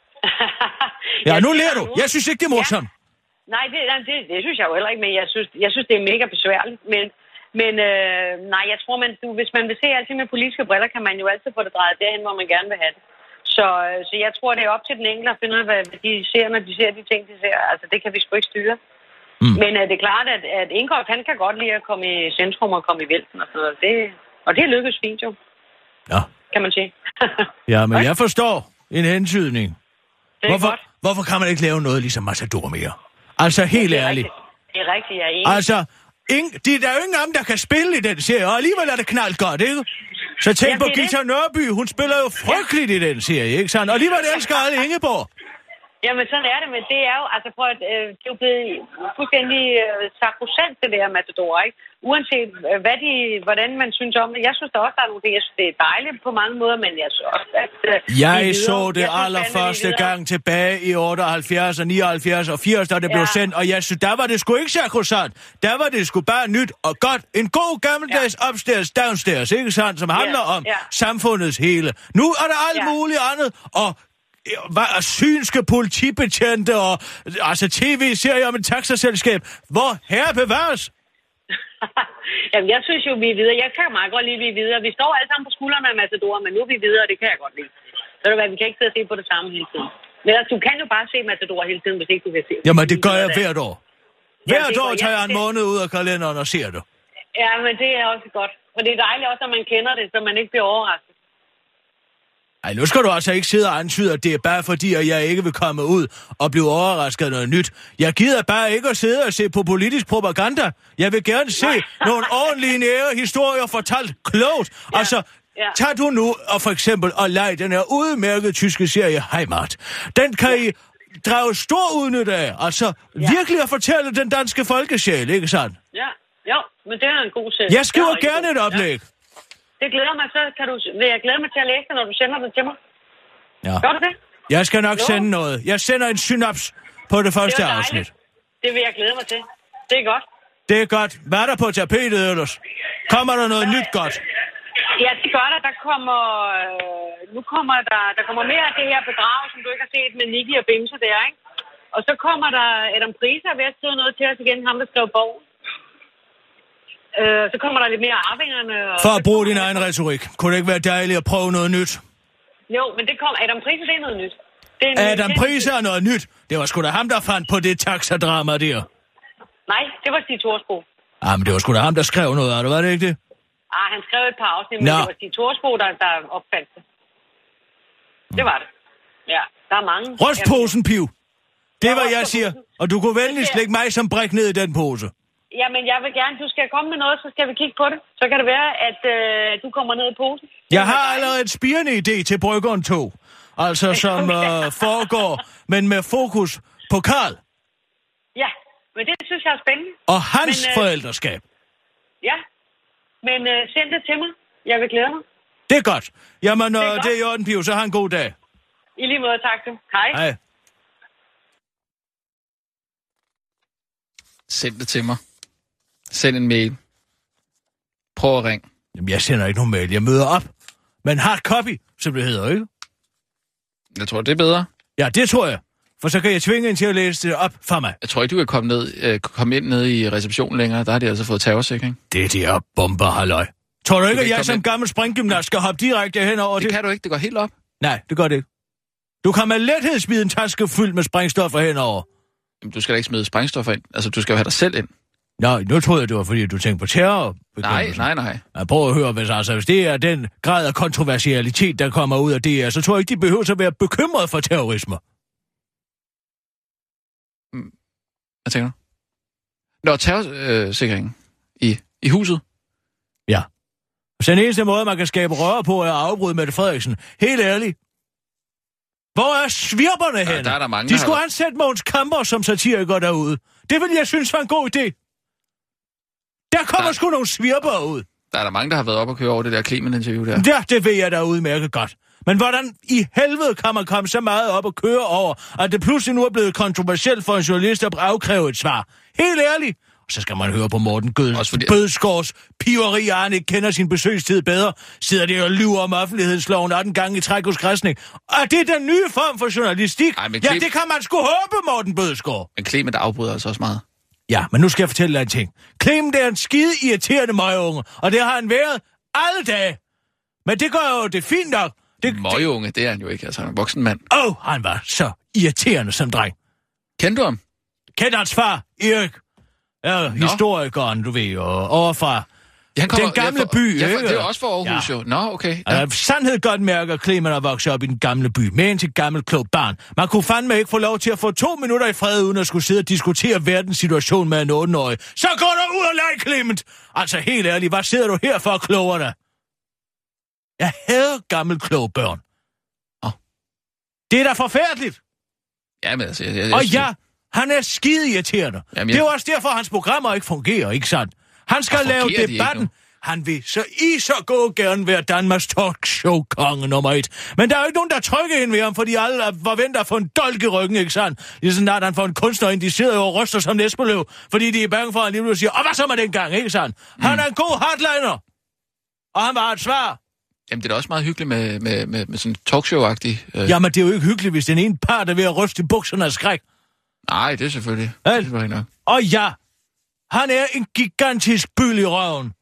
Ja, nu lærer du. Jeg synes ikke, det er morsomt. Ja. Nej, det, det, det synes jeg jo heller ikke, men jeg synes, jeg synes det er mega besværligt. Men, men øh, nej, jeg tror, man, du, hvis man vil se altid med politiske briller, kan man jo altid få det drejet derhen, hvor man gerne vil have det. Så, så jeg tror, det er op til den enkelte at finde ud af, hvad de ser, når de ser de ting, de ser. Altså, det kan vi sgu ikke styre. Mm. Men øh, det er klart, at, at Ingolf, han kan godt lide at komme i centrum og komme i vælten og sådan noget. Det, og det lykkes fint jo. Ja. Kan man sige. Ja, men jeg forstår en hentydning. Hvorfor, godt. hvorfor kan man ikke lave noget ligesom Matador mere? Altså, helt ja, det ærligt. Rigtigt. Det er rigtigt, jeg er enig. Altså, ing, de, der er jo ingen af dem, der kan spille i den serie, og alligevel er det knaldt godt, ikke? Så tænk ja, på Gita Nørby, hun spiller jo frygteligt ja. i den serie, ikke sandt? Og alligevel elsker alle Ingeborg. Jamen, sådan er det, men det er jo, altså for at, øh, det er jo blevet fuldstændig øh, sakrosant, det der Matador, ikke? Uanset øh, hvad de, hvordan man synes om det. Jeg synes der også, der er nogle ting, jeg synes, det er dejligt på mange måder, men jeg synes også, at... Øh, jeg så det jeg allerførste synes, gang tilbage i otteoghalvfjerds og nioghalvfjerds og firs, da det ja. blev sendt, og jeg synes, der var det sgu ikke sakrosant. Der var det sgu bare nyt og godt. En god gammeldags ja. upstairs, downstairs, ikke sandt? Som handler ja. om ja. samfundets hele. Nu er der alt ja. muligt andet, og hvad er synske politibetjente og altså tv-serier om et taxaselskab? Hvor herre bevares? Jamen, jeg synes jo, vi er videre. Jeg kan meget godt lide, at vi er videre. Vi står alle sammen på skuldrene med Matador, men nu er vi videre, og det kan jeg godt lide. Så er det hvad, vi kan ikke sidde og se på det samme hele tiden. Men altså, du kan jo bare se Matador hele tiden, hvis ikke du kan se. Jamen, det gør jeg hvert år. Hvert det år går- tager ja, jeg en det- måned ud af kalenderen og ser det. Ja, men det er også godt. For det er dejligt også, at man kender det, så man ikke bliver overrasket. Ej, nu skal du altså ikke sidde og antyde, at det er bare fordi, at jeg ikke vil komme ud og blive overrasket af noget nyt. Jeg gider bare ikke at sidde og se på politisk propaganda. Jeg vil gerne se nogle ordentlige nære historier fortalt klogt. Ja. Altså, Ja. tag du nu og for eksempel og leg den her udmærkede tyske serie Heimat. Den kan ja. I drage stor udnytte af. Altså, ja. virkelig at fortælle den danske folkesjæl, ikke sandt? Ja, jo, men det er en god serie. Jeg skriver Det er gerne rigtig et god. oplæg. Ja. Det glæder mig, så kan du, vil jeg glæde mig til at læse det, når du sender det til mig. Ja. Gør du det? Jeg skal nok Jo. sende noget. Jeg sender en synaps på det første Det er afsnit. dejligt. Det vil jeg glæde mig til. Det er godt. Det er godt. Hvad er der på tapetet ellers? Kommer der noget nyt godt? Ja, det gør der. Der kommer, øh, nu kommer der, der kommer mere af det her bedrag, som du ikke har set med Nicky og Bimse der, ikke? Og så kommer der Adam Priser ved at skrive noget til os igen, ham der skrev bogen. Øh, så kommer der lidt mere af arvingerne. Og For at så bruge kommer din der- egen retorik. Kunne det ikke være dejligt at prøve noget nyt? Jo, men det kom Adam Priser, det er noget nyt. Det er en ny- Adam det er- Priser er noget nyt. Det var sgu da ham, der fandt på det taxadrama der. Nej, det var Stig Torsbo. Ah, men det var sgu da ham, der skrev noget af det, var det ikke det? Ah, han skrev et par afsnit, men Nå. det var Stig Torsbo, der, der opfandt det. Det var det. Ja, der er mange. Rystposen, Piv. Det er, Ja, hvad jeg rystposen. siger. Og du kunne venligst Det er- lægge mig som brik ned i den pose. Jamen, jeg vil gerne, du skal komme med noget, så skal vi kigge på det. Så kan det være, at øh, du kommer ned i posen. Det Jeg vil har være dejligt. allerede et spirende idé til Bryggeren to. Altså, som øh, foregår, men med fokus på Karl Ja, men det synes jeg er spændende. og hans Men, øh, forældreskab. Ja, men øh, send det til mig. Jeg vil glæde mig. Det er godt. Jamen, øh, Det er godt. det er i orden, Piv, så har en god dag. I lige måde, tak til. Hej. Hej. Send det til mig. Send en mail. Prøv at ringe. Jamen, jeg sender ikke nogen mail. Jeg møder op. Men hard copy, som det hedder, ikke? Jeg tror, det er bedre. Ja, det tror jeg. For så kan jeg tvinge hende til at læse det op for mig. Jeg tror ikke, du kan komme, ned, øh, komme ind ned i receptionen længere. Der har de altså fået terrorsikring. Det der bomberhalløj. Tror du ikke, kan at jeg komme som ind. gammel springgymnast skal hoppe direkte hen over Det det? kan du ikke. Det går helt op. Nej, det gør det ikke. Du kan med lethed smide en taske fyldt med sprængstoffer henover. Jamen, du skal da ikke smide sprængstoffer ind. Altså, du skal jo have dig selv ind. Nå, nu troede jeg, det var fordi, du tænkte på terror. Nej, nej, nej. Jeg prøver at høre, hvis, altså, hvis det er den grad af kontroversialitet, der kommer ud af det, så tror jeg ikke, de behøver at være bekymret for terrorisme. Hvad tænker du? Nå, terrorsikringen i, i huset. Ja. Så den eneste måde, man kan skabe røre på, er at afbryde Mette Frederiksen. Helt ærligt. Hvor er svirperne Ja, henne? der er der mange, De der skulle har- ansætte Mogens Kamper som satiriker derude. Det ville jeg synes var en god idé. Der kommer Der- sgu nogle svirper ud. Der er der mange, der har været op og køre over det der Clement-interview der. Ja, det ved jeg da udmærket godt. Men hvordan i helvede kan man komme så meget op og køre over, at det pludselig nu er blevet kontroversielt for en journalist at afkræve et svar? Helt ærligt. Og så skal man høre på Morten Gød, Også fordi- Bødskårs piveri, og han ikke kender sin besøgstid bedre. Sidder der og lyver om offentlighedsloven atten gange i træk hos græsning. Og det er den nye form for journalistik. Ej, men Ja, Clem- det kan man sgu håbe, Morten Bødskår. Men Clement afbryder altså også meget. Ja, men nu skal jeg fortælle dig en ting. Clement er en skide irriterende møgeunge, og det har han været alle dage. Men det gør jo det fint nok. Det, Møgeunge, det er han jo ikke. Altså, han er en voksen mand. Åh, oh, han var så irriterende som dreng. Kender du ham? Kender hans far, Erik. Ja, historikeren, du ved, og overfra. Ja, han Den gamle ja, for, by, ja, for, ikke? det er også for Aarhus, Ja. jo. Nå, okay. Ja. Ja. Sandhed godt mærker, at Clement er vokset op i den gamle by, med en til gammel klog barn. Man kunne fandme ikke få lov til at få to minutter i fred, uden at skulle sidde og diskutere verdens situation med en otteårig. Så gå der ud og leg, Clement! Altså, helt ærligt, hvad sidder du her for at kloge dig? Jeg hader gammel kloge børn. Åh. Det er da forfærdeligt. Ja, men altså... Jeg, jeg, Og jeg, ja, han er skide irriterende. Jamen, Det er jeg- jo også derfor, at hans programmer ikke fungerer, ikke sandt? Han skal Og lave fungerer de ikke debatten. nu? Han vil så i så gå gerne være Danmarks talkshow-konge nummer et. Men der er jo ikke nogen, der trykker ind ved ham, fordi alle er forventer at få en dolk i ryggen, ikke sandt? Ligesom når han får en kunstner ind, de sidder jo og ryster som Næsbøløv, fordi de er bange for, at han lige siger, og hvad så med den gang, ikke sandt? Han er en god hardliner. Og han var et svar. Jamen, det er da også meget hyggeligt med, med, med, med sådan talkshow-agtig... Øh... Jamen, det er jo ikke hyggeligt, hvis den ene part er ved at ryste i bukserne af skræk. Nej, det er selvfølgelig. Vel? Det var ikke nok. Og ja, han er en gigantisk byld i røven.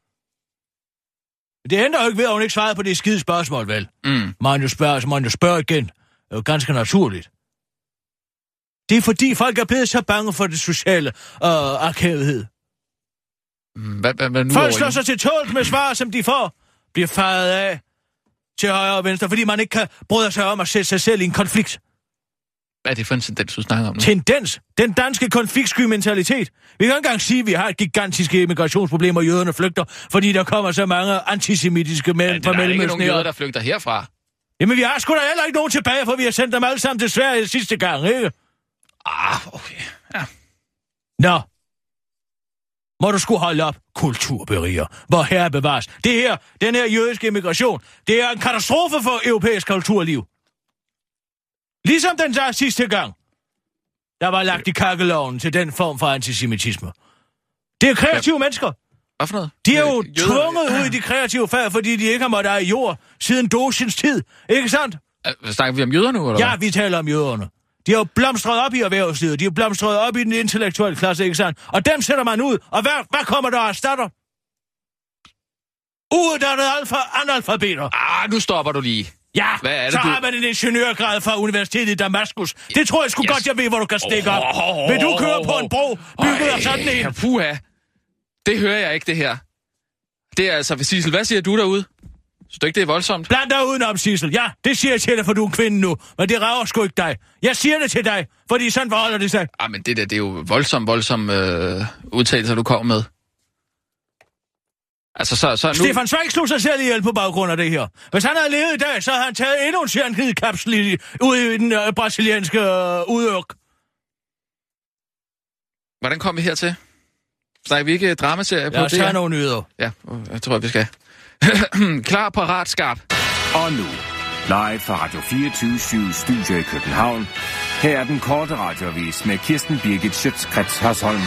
Det ændrer jo ikke ved, at hun ikke svarede på det skide spørgsmål, vel? Mm. Man jo spørger, så man jo spørger igen. Det er jo ganske naturligt. Det er fordi folk er blevet så bange for det sociale øh, arkædighed. Hvad, hvad, hvad nu folk slår sig til tålt med svar, som de får. Bliver faret af til højre og venstre, fordi man ikke kan bryde sig om at sætte sig selv i en konflikt. Hvad er det for en tendens, du snakker om nu? Tendens? Den danske konfliktsky mentalitet. Vi kan ikke engang sige, at vi har et gigantisk immigrationsproblem, og jøderne flygter, fordi der kommer så mange antisemitiske mænd ja, fra Mellemøsten. Der er ikke nogen jøder, der flygter herfra. Jamen, vi har sgu da heller ikke nogen tilbage, for vi har sendt dem alle sammen til Sverige sidste gang, ikke? Ah, okay. Ja. Nå. Må du sgu holde op, kulturberiger. Hvor herre bevares. Det her, den her jødiske immigration, det er en katastrofe for europæisk kulturliv. Ligesom den der sidste gang, der var lagt i kakkeloven til den form for antisemitisme. Det er kreative ja. mennesker. Hvad for noget? De er jo Jøder. tvunget ud i de kreative fag, fordi de ikke har måttet eje jord siden Dosins tid. Ikke sandt? Snakker vi om jøder nu, eller Ja, vi taler om jøderne. De har jo blomstret op i erhvervslivet. De har blomstret op i den intellektuelle klasse, ikke sandt? Og dem sætter man ud. Og hvad, hvad kommer der af erstatter? Uuddannede alfa analfabeter. Ah, nu stopper du lige. Ja, hvad er det, så du... har man en ingeniørgrad fra Universitetet i Damaskus. Det tror jeg sgu yes. godt, jeg ved, hvor du kan stikke op. Oh, oh, oh, Vil du køre på en bro, bygget af sådan en? Ja, puha. Det hører jeg ikke, det her. Det er altså, Sissel, hvad siger du derude? Synes du ikke, det er voldsomt? Bland dig udenom, Sissel. Ja, det siger jeg til dig, for du er en kvinde nu. Men det rager sgu ikke dig. Jeg siger det til dig, fordi sådan forholder det sig. Ah, men det der, det er jo voldsomt, voldsomt øh, udtalelser, du kommer med. Altså, så, så nu... Stefan Zweig slog sig selv ihjel på baggrund af det her. Hvis han havde levet i dag, så havde han taget endnu en cyanidkapsel ude i den øh, brasilianske øh, udørk. Hvordan kom vi hertil? Snakker vi ikke dramaserie på det? Lad os tage nogle nyheder. Ja, jeg tror, vi skal. Klar, parat, skarp. Og nu, live fra Radio fireogtyve syv Studio i København. Her er den korte radioavis med Kirsten Birgit Schøtz-Krets Hørsholm.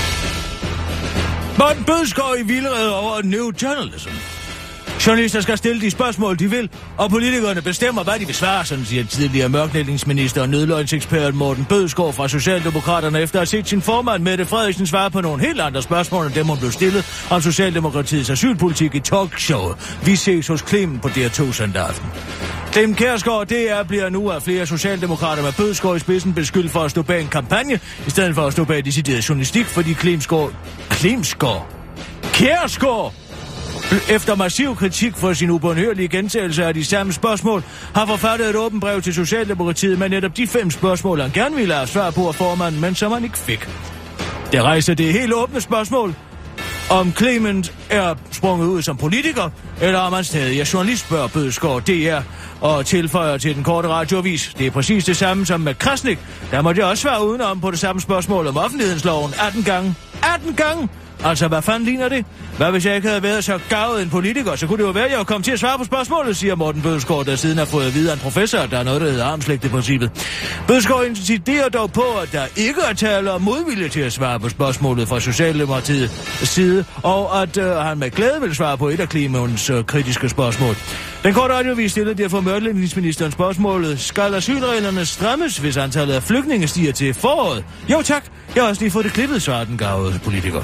Morten Bødskov i vildrede over New Journalism. Journalister skal stille de spørgsmål, de vil, og politikerne bestemmer, hvad de vil svare, sådan siger tidligere mørklægningsminister og nødløgnsekspert Morten Bødskov fra Socialdemokraterne, efter at have set sin formand Mette Frederiksen svare på nogle helt andre spørgsmål, end dem hun blev stillet om Socialdemokratiets asylpolitik i talkshowet. Vi ses hos Clemen på D R to søndag aften. Clemen Kjærsgaard, D R bliver nu af flere socialdemokrater med Bødskov i spidsen beskyldt for at stå bag en kampagne, i stedet for at stå bag decideret journalistik, fordi Klemsgaard... Klemsgaard? Kjærsgaard! Efter massiv kritik for sin ubønhørlige gentagelse af de samme spørgsmål, har forfattet et åbent brev til Socialdemokratiet med netop de fem spørgsmål, han gerne ville have svar på af formanden, men som han ikke fik. Det rejser det helt åbne spørgsmål, om Clement er sprunget ud som politiker, eller om han stadig er journalist, spørger Bødskov D R og tilføjer til den korte radioavis. Det er præcis det samme som med Krasnik. Der måtte jeg også svare udenom på det samme spørgsmål om offentlighedsloven atten gange. atten gange! Altså, hvad fanden ligner det? Hvad hvis jeg ikke havde været så gavet en politiker, så kunne det jo være, at jeg kom til at svare på spørgsmålet, siger Morten Bødskov, der siden har fået at vide af en professor, der er noget, der hedder armslægteprincippet. Bødskov insisterer dog på, at der ikke er tale om modvilje til at svare på spørgsmålet fra Socialdemokratiets side, og at øh, han med glæde vil svare på et af Clemens øh, kritiske spørgsmål. Den korte radioavis stillede derfor mørklægningsministeren spørgsmålet: skal asylreglerne strammes, hvis antallet af flygtninge stiger til foråret? Jo tak, jeg har også lige fået det klippet, svarer den gavede politiker.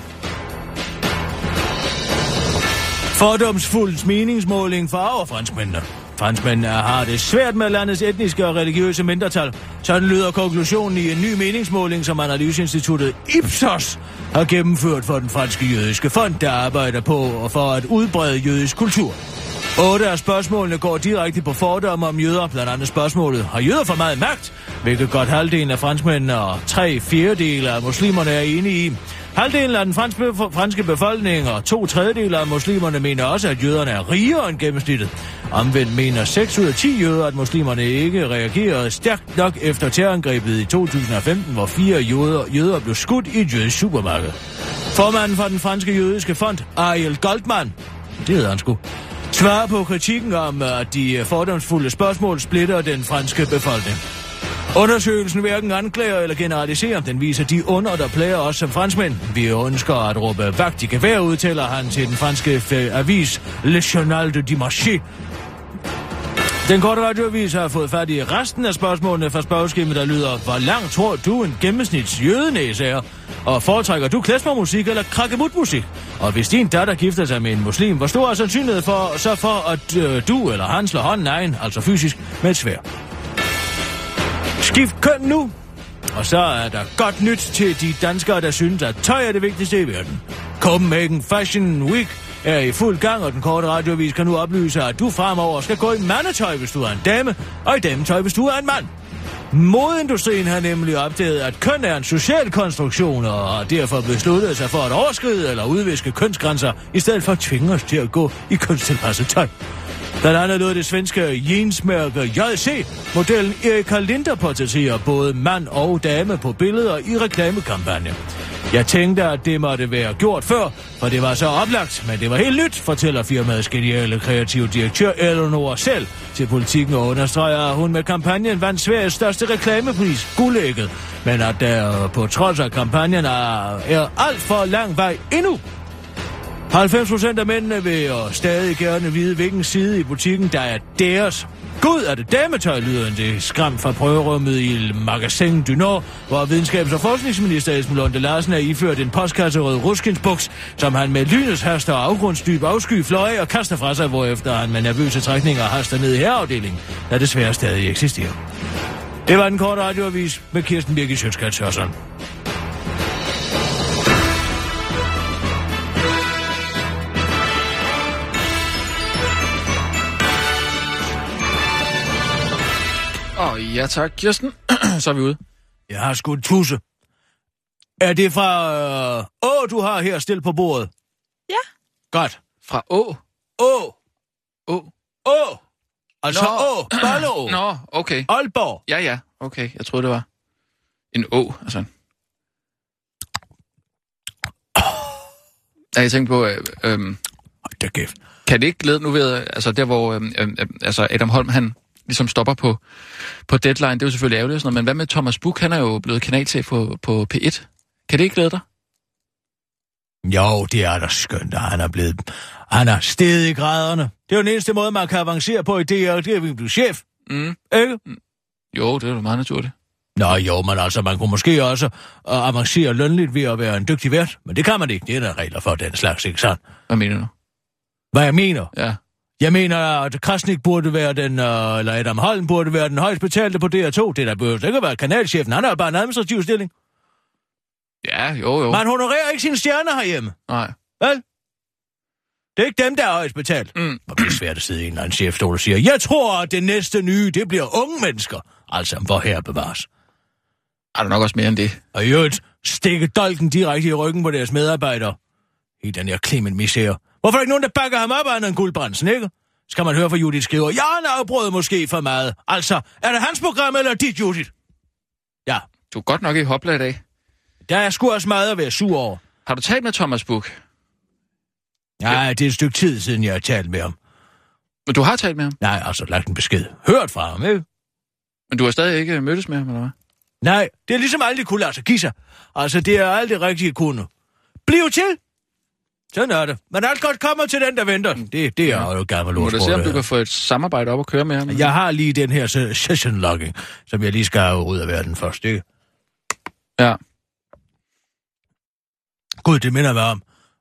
Fordomsfuld meningsmåling farver franskmændene. Franskmændene har det svært med landets etniske og religiøse mindretal. Sådan lyder konklusionen i en ny meningsmåling, som analyseinstituttet Ipsos har gennemført for den franske jødiske fond, der arbejder på og for at udbrede jødisk kultur. Otte af spørgsmålene går direkte på fordomme om jøder, blandt andet spørgsmålet: har jøder for meget magt? Hvilket godt halvdelen af franskmændene og tre fjerdedele af muslimerne er enige i. Halvdelen af den franske, franske befolkning og to tredjedele af muslimerne mener også, at jøderne er rigere end gennemsnittet. Omvendt mener seks ud af ti jøder, at muslimerne ikke reagerede stærkt nok efter terrorangrebet i to tusind og femten, hvor fire jøder, jøder blev skudt i et jødisk supermarked. Formanden for den franske jødiske fond, Ariel Goldman, det hedder han sgu, svarer på kritikken om, at de fordomsfulde spørgsmål splitter den franske befolkning. Undersøgelsen hverken anklager eller generaliserer. Den viser de under, der plager os som franskmænd. Vi ønsker at råbe vagt i gevær, udtaler han til den franske avis Le Journal de Dimanche. Den korte radioavis har fået fat i resten af spørgsmålene fra spørgeskemaet, der lyder: hvor langt tror du en gennemsnits jødenæse er? Og foretrækker du klezmermusik eller krakkemutmusik? Og hvis din datter gifter sig med en muslim, hvor stor er sandsynlighed for, så for, at øh, du eller han slår hånden egen, altså fysisk, med et sværd? Skift køn nu. Og så er der godt nyt til de danskere, der synes, at tøj er det vigtigste i verden. Copenhagen Fashion Week er i fuld gang, og den korte radioavis kan nu oplyse, at du fremover skal gå i mandetøj, hvis du er en dame, og i dametøj, hvis du er en mand. Modeindustrien har nemlig opdaget, at køn er en social konstruktion, og har derfor besluttet sig for at overskride eller udviske kønsgrænser, i stedet for at tvinge os til at gå i kønstilpasset tøj. Blandt andet lod det svenske jeansmærke J C-modellen Erika Linder portrættere både mand og dame på billeder i reklamekampagne. Jeg tænkte, at det måtte være gjort før, for det var så oplagt, men det var helt nyt, fortæller firmaets geniale kreative direktør Eleanor selv til Politikken og understreger, at hun med kampagnen vandt Sveriges største reklamepris, Guldægget, men at der på trods af kampagnen er, er alt for lang vej endnu. halvfems procent af mændene vil jo stadig gerne vide, hvilken side i butikken, der er deres. Gud, er det dametøj, lyder det skram fra prøverummet i Magasin du Nord, hvor videnskabs- og forskningsminister Esben Lunde Larsen er iført en postkasserød ruskinsbuks, som han med lynets haster og afgrundsdyb afsky fløj af og kaster fra sig, hvorefter han med nervøse trækninger haster ned i herreafdelingen, der desværre stadig eksisterer. Det var den korte radioavis med Kirsten Birgit Schøtzgrads Hørsholm. Åh, oh, ja tak, Kirsten. Så er vi ude. Jeg har sgu en tusse. Er det fra øh, Å, du har her stillet på bordet? Ja. Godt. Fra Å? Å. Å. Å. Altså Nå. Å. Balleå. Nå, okay. Aalborg. Ja, ja. Okay, jeg troede, det var en å, altså. Ja, jeg tænkte på, øh, øh, det er kæft. Kan det ikke lede nu ved, altså der hvor, øh, øh, altså Adam Holm, han ligesom stopper på, på Deadline, det er jo selvfølgelig ærgerligt, sådan noget, men hvad med Thomas Buch, han er jo blevet kanalchef på, på P et. Kan det ikke glæde dig? Jo, det er da skønt, at han er blevet... Han er steget i graderne. Det er jo den eneste måde, man kan avancere på i D R, det er, at vi bliver chef. Mm. Ikke? Jo, det er jo meget naturligt. Nå jo, men altså, man kunne måske også uh, avancere lønligt ved at være en dygtig vært, men det kan man ikke. Det er der regler for den slags, ikke sandt? Hvad mener du? Hvad jeg mener? Ja. Jeg mener, at Krasnik burde være den, uh, eller Adam Holm burde være den højst betalte på D R to. Det der burde ikke være kanalchefen. Han har jo bare en administrativ stilling. Ja, jo, jo. Man honorerer ikke sine stjerner herhjemme. Nej. Vel? Det er ikke dem, der er højst betalt. Mm. Det bliver svært at sidde i en eller anden chefstol og siger, jeg tror, at det næste nye, det bliver unge mennesker. Altså, hvor her bevares. Er der nok også mere end det? Og i øvrigt, stikke dolken direkte i ryggen på deres medarbejdere. I den her Clement misære. Hvorfor er der ikke nogen, der bakker ham op andet end Guldbrandsen, ikke? Skal man høre fra Judith skriver, ja, han afbrød måske for meget. Altså, er det hans program eller dit, Judith? Ja. Du er godt nok i hopla i dag. Der er sgu også meget at være sur over. Har du talt med Thomas Buch? Nej, ja. Det er et stykke tid siden, jeg har talt med ham. Men du har talt med ham? Nej, altså lagt en besked. Hørt fra ham, ikke? Men du har stadig ikke mødtes med ham, eller hvad? Nej, det er ligesom aldrig kunne lade sig give sig. Altså, det er aldrig rigtigt kunne. Bliv til! Sådan er det. Men alt godt kommer til den, der venter. Det, det er ja. jo gammel ordsport. Må du se, om du kan få et samarbejde op og køre med ham? Jeg har lige den her session logging, som jeg lige skal have ud af verden først, ikke? Ja. Gud, det minder mig om.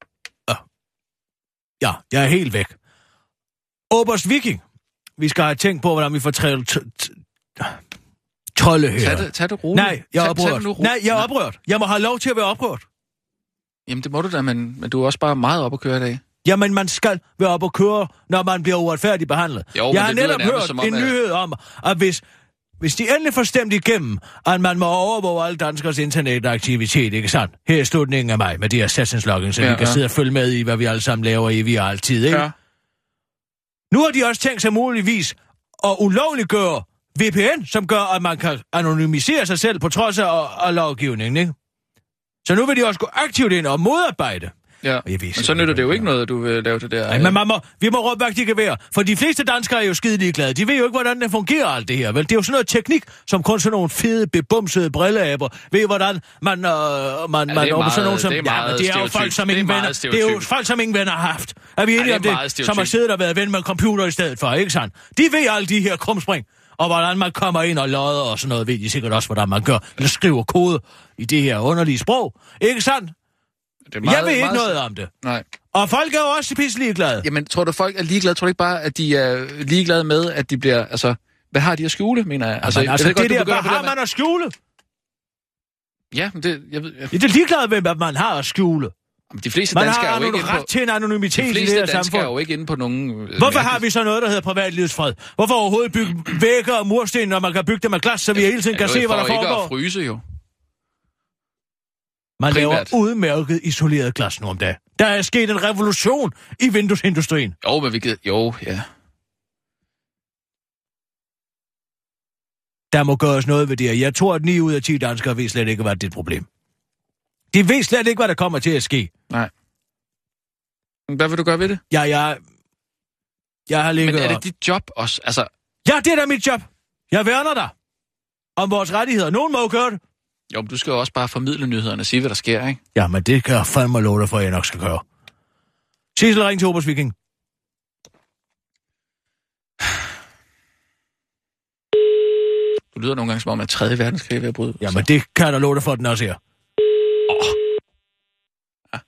Ja, jeg er helt væk. Oberst Viking. Vi skal have tænkt på, hvordan vi får træet trolde her. Tag det, tag det roligt. Nej, jeg er oprørt. Nej, jeg er oprørt. Jeg må have lov til at være oprørt. Jamen, det må du da, men, men du er også bare meget op at køre i dag. Jamen, man skal være op at køre, når man bliver uretfærdigt behandlet. Jo, jeg har netop hørt om, en at... nyhed om, at hvis, hvis de endelig får stemt igennem, at man må overvåge alle danskers internetaktivitet, ikke sandt? Her i slutningen af maj, med de her sessions-logging, så ja, vi kan ja. sidde og følge med i, hvad vi alle sammen laver i vi har altid, ikke? Ja. Nu har de også tænkt sig muligvis at ulovliggøre V P N, som gør, at man kan anonymisere sig selv på trods af, af lovgivningen, ikke? Så nu vil de også gå aktivt ind og modarbejde. Ja, ved, men så nytter det jo ikke noget, du vil lave det der. Nej, men man må, vi må råbe, hvad de kan være. For de fleste danskere er jo skide ligeglade. De ved jo ikke, hvordan det fungerer, alt det her. Vel, det er jo sådan noget teknik, som kun sådan nogle fede, bebumsede brilleaber ved, hvordan man... Øh, man, ja, man det er meget, sådan nogle, som, det er meget ja, det er jo folk, som ingen venner... Det er jo folk, som ingen venner har haft. Er vi enige ja, om det? det som har siddet og været ven med en computer i stedet for, ikke sandt? De ved alle de her krumspring. Og hvordan man kommer ind og lodder og sådan noget, ved de sikkert også, hvordan man gør. Eller skriver kode i det her underlige sprog. Ikke sandt? Det er meget, jeg ved ikke meget... noget om det. Nej. Og folk er jo også pisse ligeglade. Jamen, tror du, folk er ligeglade? Tror du ikke bare, at de er ligeglade med, at de bliver... Altså, hvad har de at skjule, mener jeg? Altså, altså, altså det, det der, hvad har man at skjule? Ja, men det... Jeg ved, jeg... Det er ligeglad, hvem man har at skjule. Men de fleste man danskere har er jo ikke ret på... til en anonymitet de i det her fleste danskere samfund. er jo ikke inde på nogen... Øh, Hvorfor mærkeligt... har vi så noget, der hedder privatlivets fred? Hvorfor overhovedet bygge vægge og mursten, når man kan bygge dem med glas, så vi ja, hele tiden kan se, hvad der foregår? Det er ikke at fryse, jo. Man Primært. laver udmærket isoleret glas nu om dagen. Der er sket en revolution i vinduesindustrien. Jo, men vi gider... Jo, ja. Der må gøres noget ved det her. Jeg tror, at ni ud af ti danskere ved slet ikke, hvad det er et problem. De ved slet ikke, hvad der kommer til at ske. Nej. Hvad vil du gøre ved det? Ja, jeg... Jeg har ligget... Men er det dit job også? Altså... Ja, det er da mit job. Jeg værner dig om vores rettigheder. Nogen må jo gøre det. Jo, men du skal jo også bare formidle nyhederne og sige, hvad der sker, ikke? Ja, men det kan jeg fandme love dig for, at jeg nok skal gøre. Sissel, ring til Obers Viking. Du lyder nogle gange som om, at tredje verdenskrig er ved at bryde. Jamen, det kan jeg love dig for, at den også her. Oh. Ja.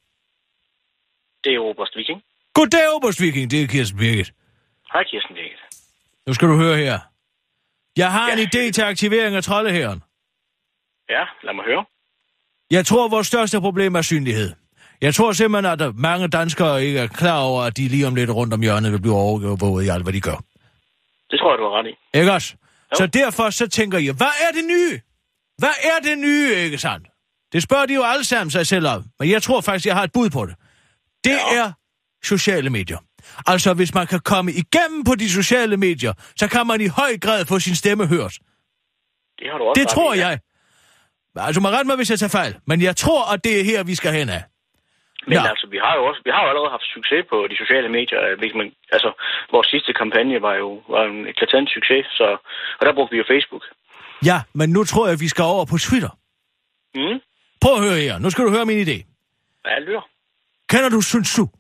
Det er Oberst Viking. Goddag, Oberst Viking. Det er Kirsten Birgit. Hej, Kirsten Birgit. Nu skal du høre her. Jeg har ja. en idé til aktivering af troldehæren. Ja, lad mig høre. Jeg tror, vores største problem er synlighed. Jeg tror simpelthen, at mange danskere ikke er klar over, at de lige om lidt rundt om hjørnet vil blive overvåget i alt, hvad de gør. Det tror jeg, du har ret i. Ikke også? Jo. Så derfor så tænker jeg, hvad er det nye? Hvad er det nye, ikke sandt? Det spørger de jo alle sammen sig selv om. Men jeg tror faktisk, jeg har et bud på det. Det ja. er sociale medier. Altså, hvis man kan komme igennem på de sociale medier, så kan man i høj grad få sin stemme hørt. Det har du også Det tror i, ja. jeg. Altså, man ret mig, hvis jeg tager fejl. Men jeg tror, at det er her, vi skal hen af. Men ja. altså, vi har jo også, vi har jo allerede haft succes på de sociale medier. Man, altså, vores sidste kampagne var jo var en eklatant succes, så, og der brugte vi jo Facebook. Ja, men nu tror jeg, at vi skal over på Twitter. Mm. Prøv at høre her. Nu skal du høre min idé. Ja, jeg lytter. Kender du Sun Tzu?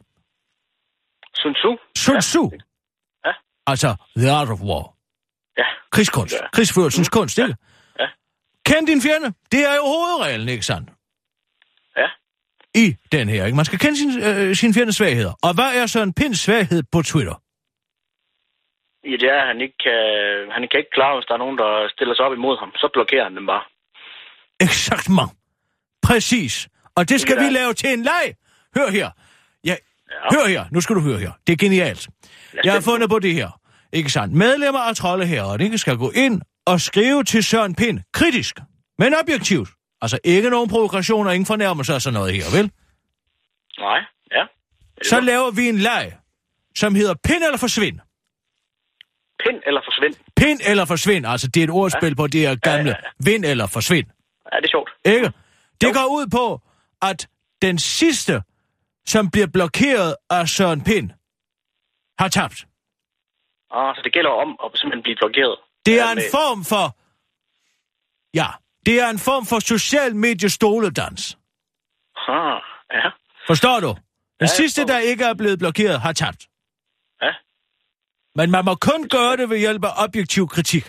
Sun Tzu? Sun Tzu? Ja. ja. Altså, The Art of War. Ja. Krigskunst. Ja. Krigsførelsens mm. kunst, ikke? Ja. ja. Kend din fjende. Det er jo hovedreglen, ikke sandt? Ja. I den her, ikke? Man skal kende sin, øh, sin fjendes svagheder. Og hvad er så en pinds svaghed på Twitter? Ja, det er, at han ikke kan, han kan ikke klare, hvis der er nogen, der stiller sig op imod ham. Så blokerer han dem bare. Exakt, man. Præcis. Og det skal det vi lave til en leg. Hør her. Ja, ja. Hør her. Nu skal du høre her. Det er genialt. Jeg har fundet på det her. Ikke sandt? Medlemmer af Troldehæren, ikke, skal gå ind og skrive til Søren Pind kritisk, men objektivt. Altså ikke nogen provokationer, ingen fornærmelser og sådan noget her, vel? Nej, ja. Så laver vi en leg, som hedder Pind eller Forsvind. Pind eller Forsvind? Pind eller Forsvind, altså det er et ordspil ja. på det her gamle ja, ja, ja. Vind eller Forsvind. Ja, det er sjovt. Ikke? Det jo. går ud på, at den sidste, som bliver blokeret af Søren Pind, har tabt. Ah, så det gælder om at simpelthen blive blokeret. Det er en form for... Ja, det er en form for social medie stoledans. Ah, ja. Forstår du? Den ja, sidste, der ikke er blevet blokeret, har tabt. Ja. Men man må kun gøre det ved hjælp af objektiv kritik.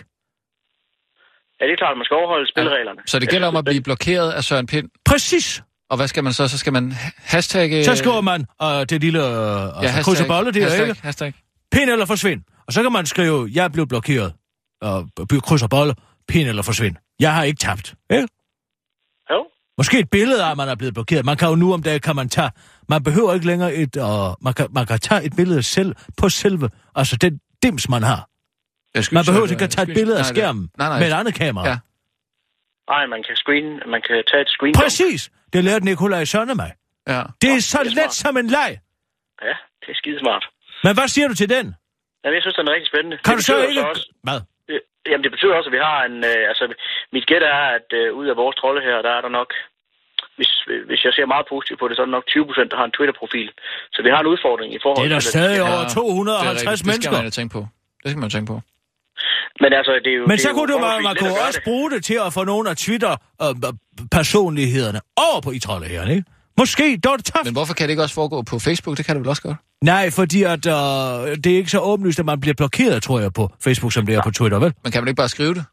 Ja, det er klart, man skal overholde spillereglerne. Så det gælder om at blive blokeret af Søren Pind? Præcis. Og hvad skal man så? Så skal man hashtagge... Så skriver man uh, det lille uh, ja, kryds og bolle, det hashtag, er ikke? Hashtag. Pind eller forsvind. Og så kan man skrive, jeg er blevet blokeret. Og kryds og bolle, pind eller forsvind. Jeg har ikke tabt. Ikke? Jo. Måske et billede af, at man er blevet blokeret. Man kan jo nu om dagen, kan man tage... Man behøver ikke længere et... Uh, man, kan, man kan tage et billede selv på selve... Altså den dims, man har. Man behøver ikke at tage et billede af skærmen nej, nej, med et andet kamera. Ja. Nej, man kan screen, man kan tage et screen. Præcis! Det lærte Nikolaj Sønne mig. Ja. Det er så det er let som en leg. Ja, det er skidesmart. Men hvad siger du til den? Jamen, jeg synes, den er rigtig spændende. Kan det du så ikke... Så også, hvad? Det, jamen, det betyder også, at vi har en... Øh, altså, mit gæt er, at øh, ud af vores trolde her, der er der nok... Hvis, hvis jeg ser meget positivt på det, så er der nok tyve procent, der har en Twitter-profil. Så vi har en udfordring i forhold til... Det er der stadig over to hundrede og halvtreds ja, mennesker. Det skal man jo tænke på. Det skal man jo tænke på. Men altså, det er jo... Men det så er kunne jo du man, man kunne også det. bruge det til at få nogle af Twitter-personlighederne øh, over på i troldehæren, ikke? Måske, det var det tough. Men hvorfor kan det ikke også foregå på Facebook? Det kan det vel også godt? Nej, fordi at, øh, det er ikke så åbenlyst, at man bliver blokeret, tror jeg, på Facebook, som det er ja. på Twitter, vel? Men kan man ikke bare skrive det?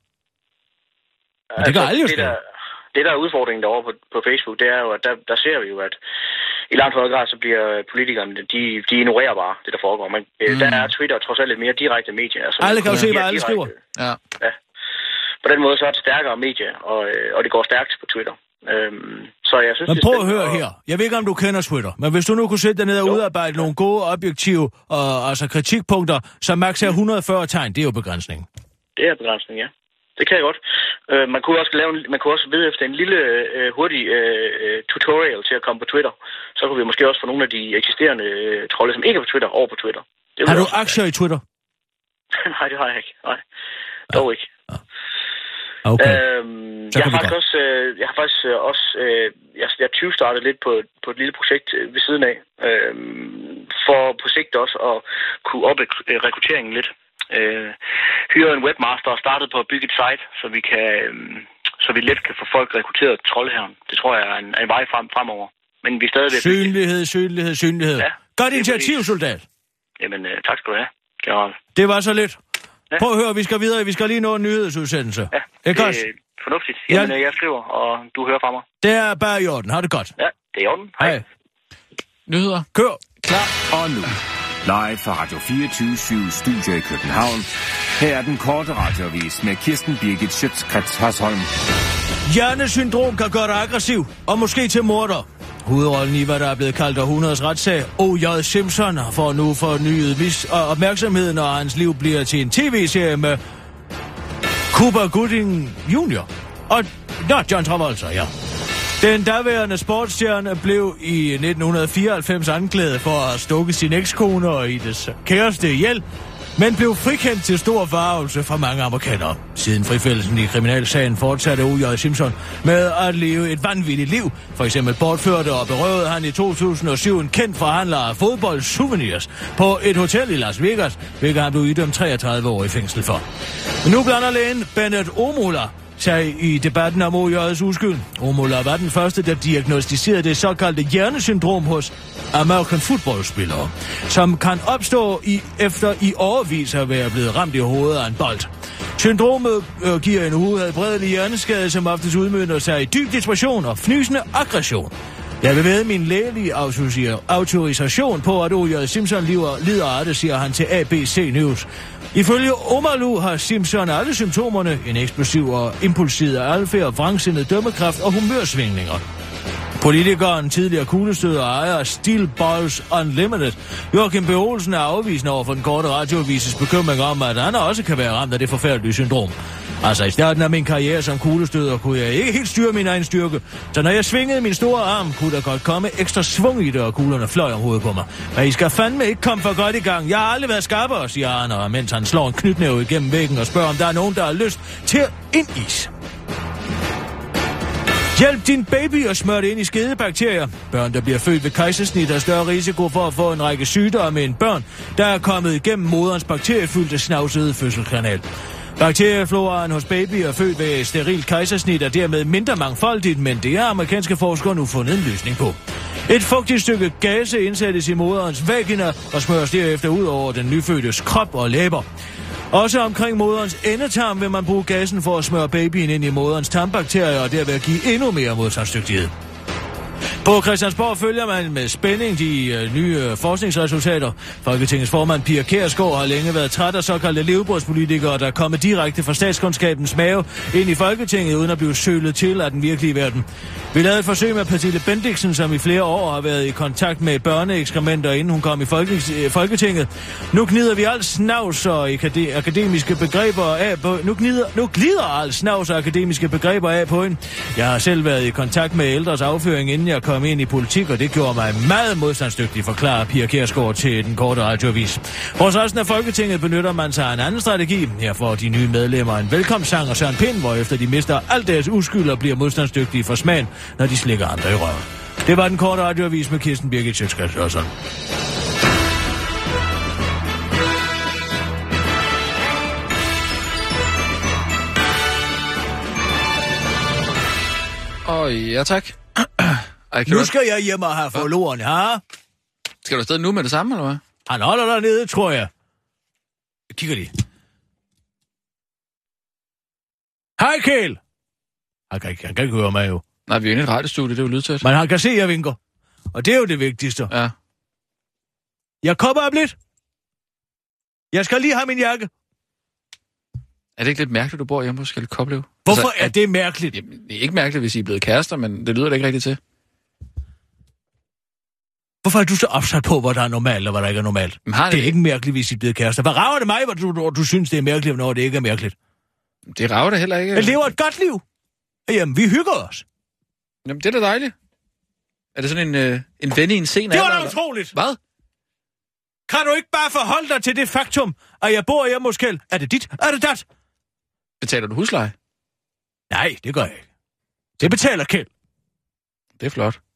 Men det kan altså, alle jo skrive. Det, der er udfordringen derovre på, på Facebook, det er jo, at der, der ser vi jo, at i langt højere grad, så bliver politikerne, de, de ignorerer bare det, der foregår. Men mm. der er Twitter trods alt et mere direkte medie. Altså, alle kan jo se, hvad alle skriver. Ja. ja. På den måde, så er det stærkere medie, og, og det går stærkt på Twitter. Øhm, så jeg synes, men det er prøv at høre og... her. Jeg ved ikke, om du kender Twitter, men hvis du nu kunne sætte dig ned og jo. udarbejde nogle gode, objektive og altså kritikpunkter, som max er et hundrede og fyrre tegn, det er jo begrænsningen. Det er begrænsning, ja. Det kan jeg godt. Øh, man kunne også lave en, man kunne også vide efter en lille øh, hurtig øh, tutorial til at komme på Twitter. Så kunne vi måske også få nogle af de eksisterende øh, trolde, som ikke er på Twitter, over på Twitter. Det har du også... aktier i Twitter? Nej, det har jeg ikke. Nej, dog ikke. Ja. Okay. Øhm, jeg, har faktisk også, øh, jeg har faktisk øh, også... Øh, jeg, jeg tyve-startede lidt på, på et lille projekt øh, ved siden af. Øh, for på sigt også at kunne op øh, rekrutteringen lidt. Øh, hyre en webmaster og startet på at bygge et site, så vi kan, øh, så vi let kan få folk rekrutteret til troldherren. Det tror jeg er en, en vej frem fremover. Men vi er stadig ved at bygge. Synlighed, synlighed, synlighed. Ja, godt initiativ, soldat. Jamen, øh, tak skal du have, general. Det var så lidt. Ja. Prøv at høre, vi skal videre. Vi skal lige nå en nyhedsudsendelse. Ja, det er godt. Fornuftigt. Jamen, ja. Jeg skriver, og du hører fra mig. Det er bare i orden. Har det godt. Ja, det er i orden. Hej. Hej. Nyheder. Kør. Klar og nu. Live fra Radio fireogtyve syv Studio i København. Her er den korte radioavis med Kirsten Birgit Schøtz-Krets Hasholm. Hjernesyndrom kan gøre dig aggressiv, og måske til morder. Hovedrollen i, hvad der er blevet kaldt århundredets retssag, O J. Simpson, får nu fornyet vis og opmærksomhed, når hans liv bliver til en tv-serie med Cuba Gooding junior Og nå, John Travolta, ja. Den daværende sportsstjerne blev i nitten fireoghalvfems anklaget for at have stukket sin ekskone og i des kæreste ihjel, men blev frikendt til stor forargelse fra mange amerikanere. Siden frifældelsen i kriminalsagen fortsatte O J. Simpson med at leve et vanvittigt liv. For eksempel bortførte og berøvede han i to tusind og syv en kendt forhandler af fodboldsouvenirs på et hotel i Las Vegas, hvilket han blev idømt treogtredive år i fængsel for. Men nu blander lægen Bennett Omola sig i debatten om O J's uskyld. Omola var den første, der diagnostiserede det såkaldte hjernesyndrom hos American footballspillere, som kan opstå i, efter i årevis at være blevet ramt i hovedet af en bold. Syndromet øh, giver en uhelbredelig hjerneskade, som oftest udmønter sig i dyb depression og fnysende aggression. Jeg vil ved min lægelige autorisation på, at O J. Simpson lider af det, siger han til A B C News. Ifølge Omalu har Simpson alle symptomerne, en eksplosiv og impulsiv adfærd, vrangsindet dømmekraft og humørsvingninger. Politikeren, tidligere kuglestøder og ejer af Steel Balls Unlimited, Joachim B. Olsen, er afvisende over for den korte radioavises bekymring om, at han også kan være ramt af det forfærdelige syndrom. Altså, i starten af min karriere som kuglestøder kunne jeg ikke helt styre min egen styrke, så når jeg svingede min store arm, kunne der godt komme ekstra svung i det, og kuglerne fløj om hovedet på mig. Men I skal fandme ikke komme for godt i gang. Jeg har aldrig været skarpere, siger Arne, mens han slår en knytnæve igennem væggen og spørger, om der er nogen, der har lyst til en is. Hjælp din baby og smør det ind i skedebakterier. Børn, der bliver født ved kejsersnit, har større risiko for at få en række sygdomme end børn, der er kommet igennem moderens bakteriefyldte snavsede fødselskanal. Bakteriefloraen hos babyer født ved sterilt kejsersnit er dermed mindre mangfoldigt, men det har amerikanske forskere nu fundet en løsning på. Et fugtigt stykke gase indsættes i moderens vagina og smøres derefter ud over den nyfødtes krop og læber. Også omkring moderens endetarm vil man bruge gassen for at smøre babyen ind i moderens tarmbakterier og derved give endnu mere modstandsdygtighed. På Christiansborg følger man med spænding de øh, nye øh, forskningsresultater. Folketingets formand Pia Kjærsgaard har længe været træt af såkaldte levebrødspolitikere, der er kommet direkte fra statskundskabens mave ind i Folketinget, uden at blive sølet til af den virkelige verden. Vi lavede et forsøg med Pernille Bendiksen, som i flere år har været i kontakt med børneekskrementer, inden hun kom i Folketinget. Nu gnider vi alt snavs og akademiske begreber af på... Nu, gnider, nu glider alt snavs og akademiske begreber af på hende. Jeg har selv været i kontakt med ældres afføring, inden jeg kom ind i politik, og det gjorde mig meget modstandsdygtig, forklarer Pia Kjærsgaard til den korte radioavis. Hos resten af Folketinget benytter man sig af en anden strategi. Her får de nye medlemmer en velkomstsang og Søren Pind, hvorefter de mister alt deres uskyld og bliver modstandsdygtige for smagen, når de slikker andre i røven. Det var den korte radioavis med Kirsten Birgit Schøtz-Krets Hasholm. Åh, oh, ja tak. Ej, nu skal jeg hjem og have forloren, ha? Skal du afsted nu med det samme, eller hvad? Han holder dernede, tror jeg. Jeg kigger lige. Hej, Kjell! Han kan, han kan ikke høre mig jo. Nej, vi er inde i et radiostudie, det er jo lydtæt. Men han kan se, at jeg vinker. Og det er jo det vigtigste. Ja. Jeg kommer op lidt. Jeg skal lige have min jakke. Er det ikke lidt mærkeligt, du bor hjemme hos Kjeld Koplev? Hvorfor altså, er, er det mærkeligt? Jamen, det er ikke mærkeligt, hvis I er blevet kærester, men det lyder da ikke rigtigt til. Hvorfor er du så opsat på, hvad der er normalt, og hvad der ikke er normalt? Det er det ikke mærkeligt, hvis I er blevet kærester. Hvad rager det mig, hvor du, du, du synes, det er mærkeligt, når det ikke er mærkeligt? Det rager det heller ikke. Jeg lever et godt liv. Jamen, vi hygger os. Jamen, det er da dejligt. Er det sådan en, øh, en ven i en sen alder? Det var da utroligt. Hvad? Kan du ikke bare forholde dig til det faktum, at jeg bor hjemme hos Kjeld? Er det dit? Er det dat? Betaler du husleje? Nej, det gør jeg ikke. Det betaler Kjeld. Det er flot.